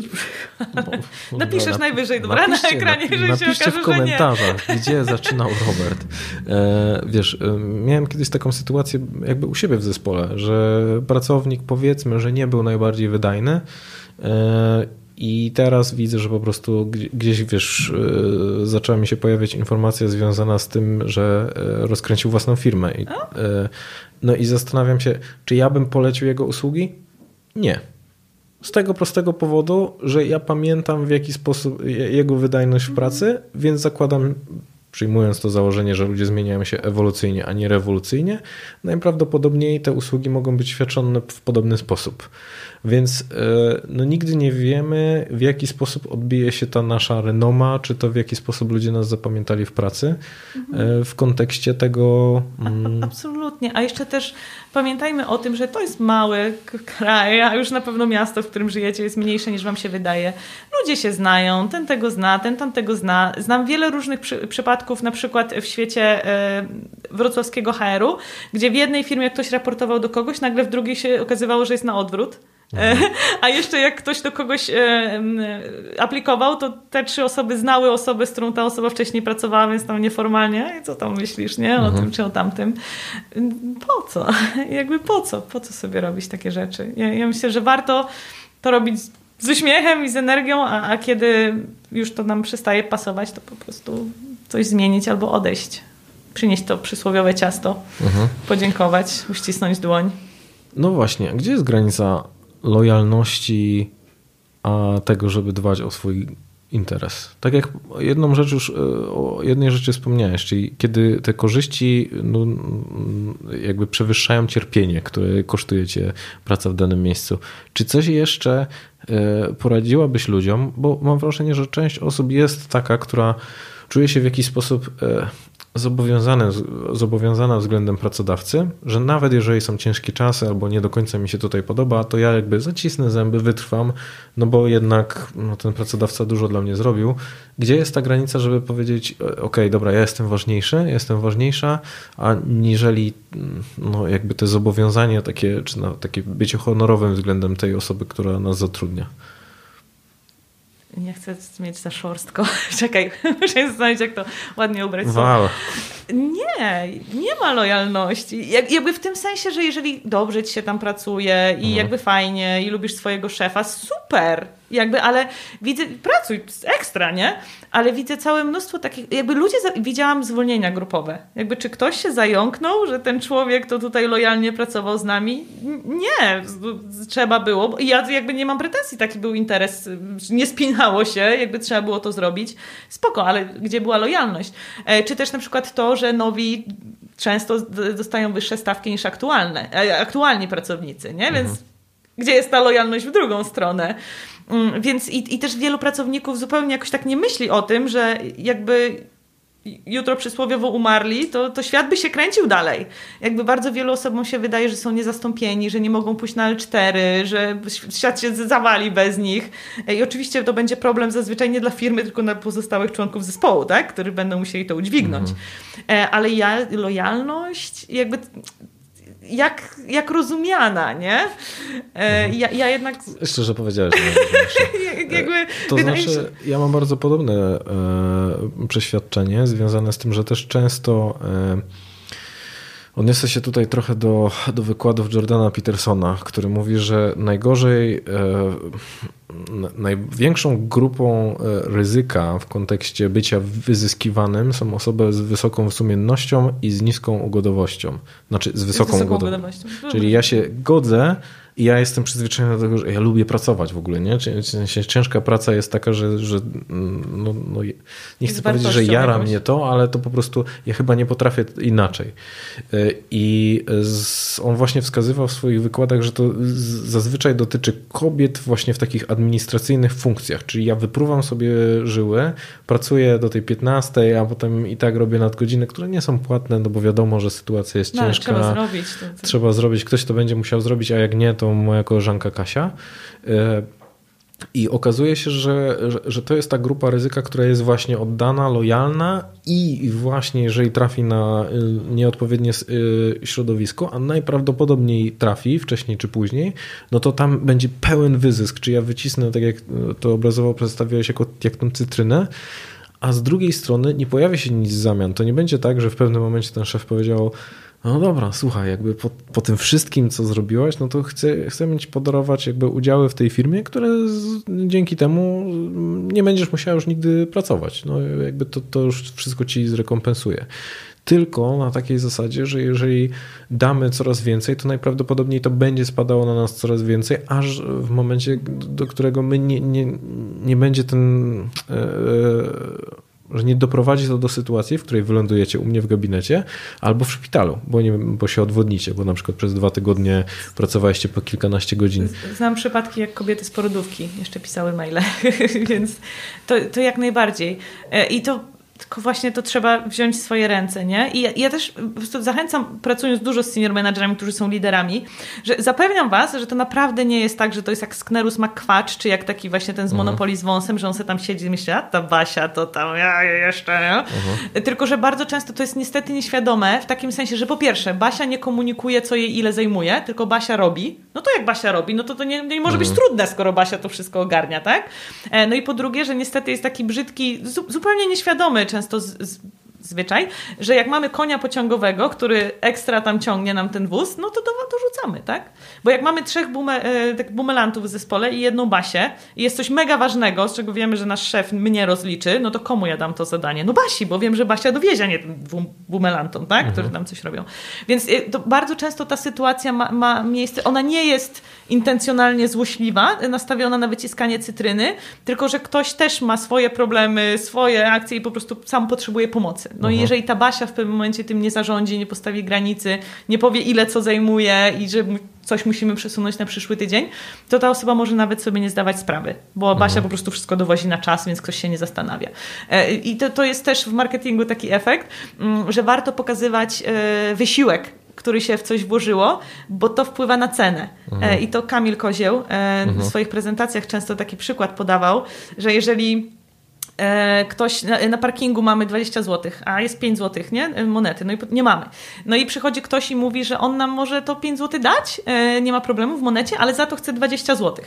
Napiszesz najwyżej, dobra, na ekranie, jeżeli się okaże, w komentarzach, gdzie zaczynał Robert. Wiesz, miałem kiedyś taką sytuację jakby u siebie w zespole, że pracownik, powiedzmy, że nie był najbardziej wydajny, i teraz widzę, że po prostu gdzieś, wiesz, zaczęła mi się pojawiać informacja związana z tym, że rozkręcił własną firmę. No i zastanawiam się, czy ja bym polecił jego usługi? Nie. Z tego prostego powodu, że ja pamiętam w jaki sposób jego wydajność w pracy, więc zakładam, przyjmując to założenie, że ludzie zmieniają się ewolucyjnie, a nie rewolucyjnie, najprawdopodobniej te usługi mogą być świadczone w podobny sposób. Więc no, nigdy nie wiemy, w jaki sposób odbije się ta nasza renoma, czy to w jaki sposób ludzie nas zapamiętali w pracy w kontekście tego... Absolutnie. A jeszcze też pamiętajmy o tym, że to jest mały kraj, a już na pewno miasto, w którym żyjecie, jest mniejsze niż wam się wydaje. Ludzie się znają, ten tego zna, ten tamtego zna. Znam wiele różnych przypadków, na przykład w świecie wrocławskiego HR-u, gdzie w jednej firmie ktoś raportował do kogoś, nagle w drugiej się okazywało, że jest na odwrót. A jeszcze jak ktoś do kogoś aplikował, to te 3 osoby znały osobę, z którą ta osoba wcześniej pracowała, więc tam nieformalnie, co tam myślisz, nie? O tym czy o tamtym. Po co? Jakby po co? Po co sobie robić takie rzeczy? Ja myślę, że warto to robić z uśmiechem i z energią, a kiedy już to nam przestaje pasować, to po prostu coś zmienić albo odejść. Przynieść to przysłowiowe ciasto, podziękować, uścisnąć dłoń. No właśnie, gdzie jest granica lojalności, a tego, żeby dbać o swój interes? Tak jak o jednej rzeczy wspomniałeś, czyli kiedy te korzyści jakby przewyższają cierpienie, które kosztuje cię praca w danym miejscu. Czy coś jeszcze poradziłabyś ludziom? Bo mam wrażenie, że część osób jest taka, która czuje się w jakiś sposób zobowiązana względem pracodawcy, że nawet jeżeli są ciężkie czasy albo nie do końca mi się tutaj podoba, to ja jakby zacisnę zęby, wytrwam, no bo jednak ten pracodawca dużo dla mnie zrobił. Gdzie jest ta granica, żeby powiedzieć, okej, dobra, ja jestem ważniejsza, aniżeli jakby te zobowiązanie takie, czy takie bycie honorowym względem tej osoby, która nas zatrudnia? Nie chcę mieć za szorstko. Czekaj, muszę się zastanowić, jak to ładnie ubrać. Wow. Nie ma lojalności. Jakby w tym sensie, że jeżeli dobrze ci się tam pracuje i jakby fajnie i lubisz swojego szefa, super. Ale widzę, pracuj ekstra, nie? Ale widzę całe mnóstwo takich, widziałam zwolnienia grupowe. Czy ktoś się zająknął, że ten człowiek to tutaj lojalnie pracował z nami? Nie, trzeba było. Bo ja nie mam pretensji, taki był interes, nie spinało się, trzeba było to zrobić. Spoko, ale gdzie była lojalność? Czy też na przykład to, że nowi często dostają wyższe stawki niż aktualni pracownicy, nie? Więc gdzie jest ta lojalność w drugą stronę? Więc i też wielu pracowników zupełnie jakoś tak nie myśli o tym, że jakby jutro przysłowiowo umarli, to świat by się kręcił dalej. Bardzo wielu osobom się wydaje, że są niezastąpieni, że nie mogą pójść na L4, że świat się zawali bez nich. I oczywiście to będzie problem zazwyczaj nie dla firmy, tylko dla pozostałych członków zespołu, tak? Którzy będą musieli to udźwignąć. Ale lojalność jak rozumiana, nie? Ja jednak... Szczerze powiedziałeś. To znaczy, ja mam bardzo podobne przeświadczenie związane z tym, że też często odniosę się tutaj trochę do wykładów Jordana Petersona, który mówi, że największą grupą ryzyka w kontekście bycia wyzyskiwanym są osoby z wysoką sumiennością i z niską ugodowością. Znaczy z wysoką ugodowością. Czyli ja się godzę i ja jestem przyzwyczajony do tego, że ja lubię pracować w ogóle, nie? Ciężka praca jest taka, że nie chcę powiedzieć, że jara mnie to, ale to po prostu ja chyba nie potrafię inaczej. I on właśnie wskazywał w swoich wykładach, że to zazwyczaj dotyczy kobiet właśnie w takich administracyjnych funkcjach, czyli ja wypruwam sobie żyły, pracuję do tej 15, a potem i tak robię nadgodziny, które nie są płatne, no bo wiadomo, że sytuacja jest ciężka. Trzeba zrobić. Trzeba zrobić, ktoś to będzie musiał zrobić, a jak nie, to moja koleżanka Kasia. I okazuje się, że to jest ta grupa ryzyka, która jest właśnie oddana, lojalna i właśnie jeżeli trafi na nieodpowiednie środowisko, a najprawdopodobniej trafi wcześniej czy później, no to tam będzie pełen wyzysk. Czy ja wycisnę, tak jak to obrazowo przedstawiałeś, jak tą cytrynę, a z drugiej strony nie pojawi się nic w zamian. To nie będzie tak, że w pewnym momencie ten szef powiedział: no dobra, słuchaj, jakby po tym wszystkim, co zrobiłaś, no to chcę mieć podarować jakby udziały w tej firmie, które dzięki temu nie będziesz musiała już nigdy pracować. No jakby to już wszystko ci zrekompensuje. Tylko na takiej zasadzie, że jeżeli damy coraz więcej, to najprawdopodobniej to będzie spadało na nas coraz więcej, aż w momencie, do którego my nie będzie że nie doprowadzi to do sytuacji, w której wylądujecie u mnie w gabinecie albo w szpitalu, bo się odwodnicie, bo na przykład przez 2 tygodnie pracowaliście po kilkanaście godzin. Znam przypadki, jak kobiety z porodówki jeszcze pisały maile, więc to jak najbardziej. I tylko właśnie to trzeba wziąć w swoje ręce, nie? I ja też po prostu zachęcam, pracując dużo z senior managerami, którzy są liderami, że zapewniam was, że to naprawdę nie jest tak, że to jest jak Sknerus McQuatch, czy jak taki właśnie ten z Monopoly z wąsem, że on sobie tam siedzi i myśli, a ta Basia to tam, ja jeszcze, nie? Tylko, że bardzo często to jest niestety nieświadome, w takim sensie, że po pierwsze, Basia nie komunikuje, co jej ile zajmuje, tylko Basia robi. No to jak Basia robi, no to nie może być trudne, skoro Basia to wszystko ogarnia, tak? No i po drugie, że niestety jest taki brzydki, zupełnie nieświadomy często zwyczaj, że jak mamy konia pociągowego, który ekstra tam ciągnie nam ten wóz, no to dorzucamy, tak? Bo jak mamy 3 bumelantów w zespole i 1 Basię i jest coś mega ważnego, z czego wiemy, że nasz szef mnie rozliczy, no to komu ja dam to zadanie? No Basi, bo wiem, że Basia dowiezie, a nie tym 2 bumelantom, tak? Którzy tam coś robią. Więc to bardzo często ta sytuacja ma miejsce, ona nie jest intencjonalnie złośliwa, nastawiona na wyciskanie cytryny, tylko że ktoś też ma swoje problemy, swoje akcje i po prostu sam potrzebuje pomocy. No i jeżeli ta Basia w pewnym momencie tym nie zarządzi, nie postawi granicy, nie powie ile co zajmuje i że coś musimy przesunąć na przyszły tydzień, to ta osoba może nawet sobie nie zdawać sprawy, bo Basia po prostu wszystko dowozi na czas, więc ktoś się nie zastanawia. I to jest też w marketingu taki efekt, że warto pokazywać wysiłek, który się w coś włożyło, bo to wpływa na cenę. I to Kamil Kozieł w swoich prezentacjach często taki przykład podawał, że jeżeli ktoś na parkingu mamy 20 zł, a jest 5 zł, nie? Monety, no i nie mamy. No i przychodzi ktoś i mówi, że on nam może to 5 zł dać, nie ma problemu w monecie, ale za to chce 20 zł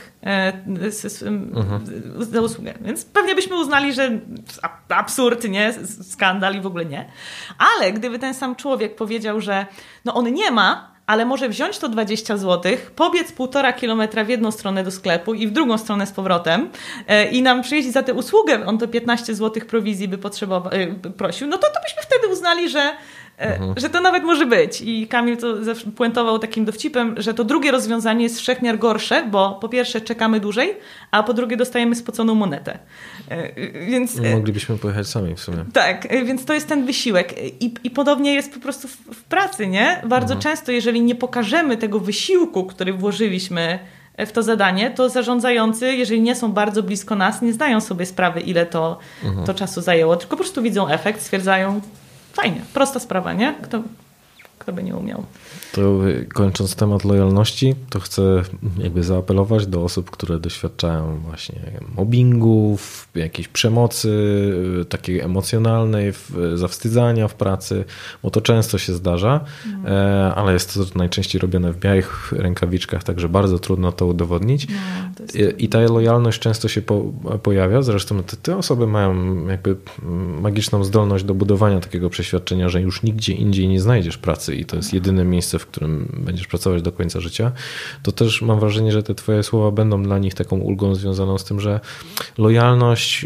za usługę. Więc pewnie byśmy uznali, że absurd, nie? Skandal i w ogóle nie. Ale gdyby ten sam człowiek powiedział, że no on nie ma, ale może wziąć to 20 zł, pobiec 1,5 kilometra w jedną stronę do sklepu i w drugą stronę z powrotem i nam przyjść za tę usługę, on to 15 zł prowizji by prosił, no to byśmy wtedy uznali, że to nawet może być. I Kamil to zawsze puentował takim dowcipem, że to drugie rozwiązanie jest wszechmiar gorsze, bo po pierwsze czekamy dłużej, a po drugie dostajemy spoconą monetę. Więc moglibyśmy pojechać sami w sumie. Tak, więc to jest ten wysiłek. I podobnie jest po prostu w pracy, nie? Bardzo często, jeżeli nie pokażemy tego wysiłku, który włożyliśmy w to zadanie, to zarządzający, jeżeli nie są bardzo blisko nas, nie zdają sobie sprawy, ile to czasu zajęło, tylko po prostu widzą efekt, stwierdzają, fajnie, prosta sprawa, nie? Kto by nie umiał. To kończąc temat lojalności, to chcę jakby zaapelować do osób, które doświadczają właśnie mobbingów, jakiejś przemocy takiej emocjonalnej, zawstydzania w pracy, bo to często się zdarza, ale jest to najczęściej robione w białych rękawiczkach, także bardzo trudno to udowodnić. I ta lojalność często się pojawia, zresztą te osoby mają jakby magiczną zdolność do budowania takiego przeświadczenia, że już nigdzie indziej nie znajdziesz pracy i to jest jedyne miejsce, w którym będziesz pracować do końca życia, to też mam wrażenie, że te twoje słowa będą dla nich taką ulgą związaną z tym, że lojalność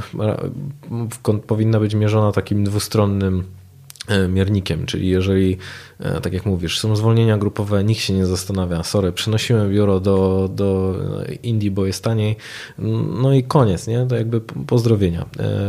powinna być mierzona takim dwustronnym miernikiem, czyli jeżeli, tak jak mówisz, są zwolnienia grupowe, nikt się nie zastanawia, sorry, przenosimy biuro do Indii, bo jest taniej, no i koniec, nie? To jakby pozdrowienia.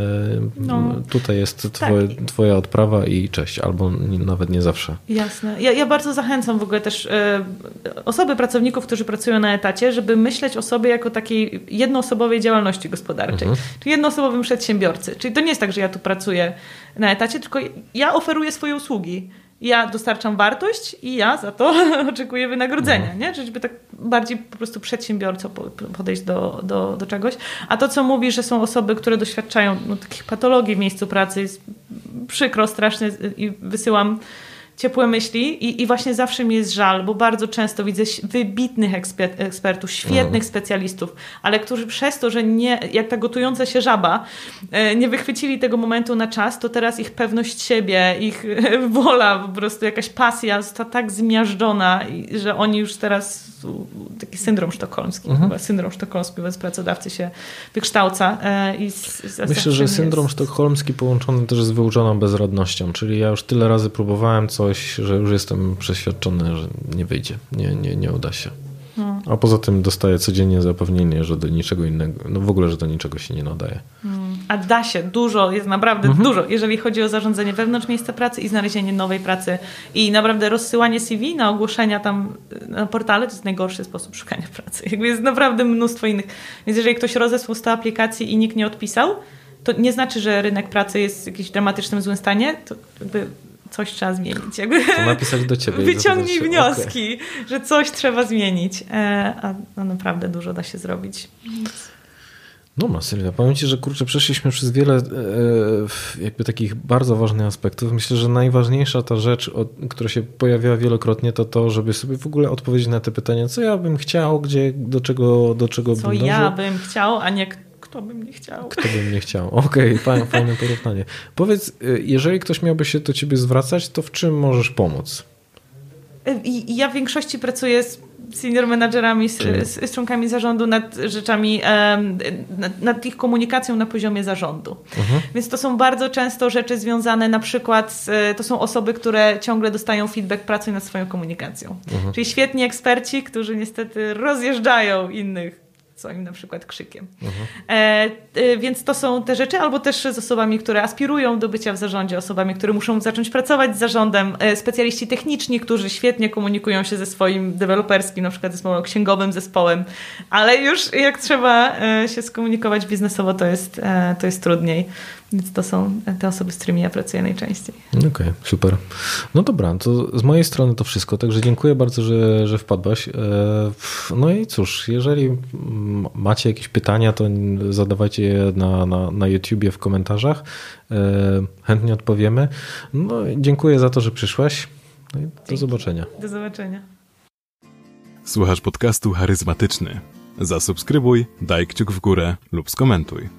Tutaj jest twoja odprawa i cześć, albo nawet nie zawsze. Jasne. Ja bardzo zachęcam w ogóle też osoby, pracowników, którzy pracują na etacie, żeby myśleć o sobie jako takiej jednoosobowej działalności gospodarczej, czyli jednoosobowym przedsiębiorcy. Czyli to nie jest tak, że ja tu pracuję na etacie, tylko ja oferuję swoje usługi. Ja dostarczam wartość i ja za to oczekuję wynagrodzenia, nie? Czyli żeby tak bardziej po prostu przedsiębiorczo podejść do czegoś. A to, co mówi, że są osoby, które doświadczają takich patologii w miejscu pracy, jest przykro, strasznie i wysyłam ciepłe myśli i właśnie zawsze mi jest żal, bo bardzo często widzę wybitnych ekspertów, świetnych specjalistów, ale którzy przez to, że nie, jak ta gotująca się żaba, nie wychwycili tego momentu na czas, to teraz ich pewność siebie, ich wola, po prostu jakaś pasja została tak zmiażdżona, że oni już teraz taki syndrom sztokholmski, chyba syndrom sztokholmski wobec pracodawcy się wykształca. Myślę, że syndrom sztokholmski połączony też z wyuczoną bezradnością, czyli ja już tyle razy próbowałem coś, że już jestem przeświadczony, że nie wyjdzie, nie uda się. A poza tym dostaję codziennie zapewnienie, że do niczego innego, no w ogóle, że do niczego się nie nadaje. A da się, dużo, jest naprawdę dużo, jeżeli chodzi o zarządzanie wewnątrz miejsca pracy i znalezienie nowej pracy i naprawdę rozsyłanie CV na ogłoszenia tam na portale, to jest najgorszy sposób szukania pracy. Jakby jest naprawdę mnóstwo innych. Więc jeżeli ktoś rozesłał 100 aplikacji i nikt nie odpisał, to nie znaczy, że rynek pracy jest w jakimś dramatycznym złym stanie, to jakby coś trzeba zmienić. To napisać do ciebie. Wyciągnij wnioski, że coś trzeba zmienić. A naprawdę dużo da się zrobić. No Sylwia, powiem ci, że przeszliśmy przez wiele jakby takich bardzo ważnych aspektów. Myślę, że najważniejsza ta rzecz, która się pojawiała wielokrotnie, to żeby sobie w ogóle odpowiedzieć na te pytania, co ja bym chciał, do czego bym dążył. Co ja bym chciał, a nie Kto by mnie chciał? Kto by mnie chciał? Okej, fajne porównanie. Powiedz, jeżeli ktoś miałby się do ciebie zwracać, to w czym możesz pomóc? Ja w większości pracuję z senior managerami, z członkami zarządu nad rzeczami, nad ich komunikacją na poziomie zarządu. Więc to są bardzo często rzeczy związane na przykład to są osoby, które ciągle dostają feedback, pracują nad swoją komunikacją. Czyli świetni eksperci, którzy niestety rozjeżdżają innych swoim na przykład krzykiem. Więc to są te rzeczy, albo też z osobami, które aspirują do bycia w zarządzie, osobami, które muszą zacząć pracować z zarządem, specjaliści techniczni, którzy świetnie komunikują się ze swoim deweloperskim, na przykład zespołem księgowym, zespołem, ale już jak trzeba się skomunikować biznesowo, to jest trudniej. Więc to są te osoby, z którymi ja pracuję najczęściej. Okej, super. No dobra, to z mojej strony to wszystko, także dziękuję bardzo, że wpadłaś. No i cóż, jeżeli macie jakieś pytania, to zadawajcie je na YouTubie w komentarzach. Chętnie odpowiemy. No, dziękuję za to, że przyszłaś. No i do zobaczenia. Do zobaczenia. Słuchasz podcastu Charyzmatyczny. Zasubskrybuj, daj kciuk w górę lub skomentuj.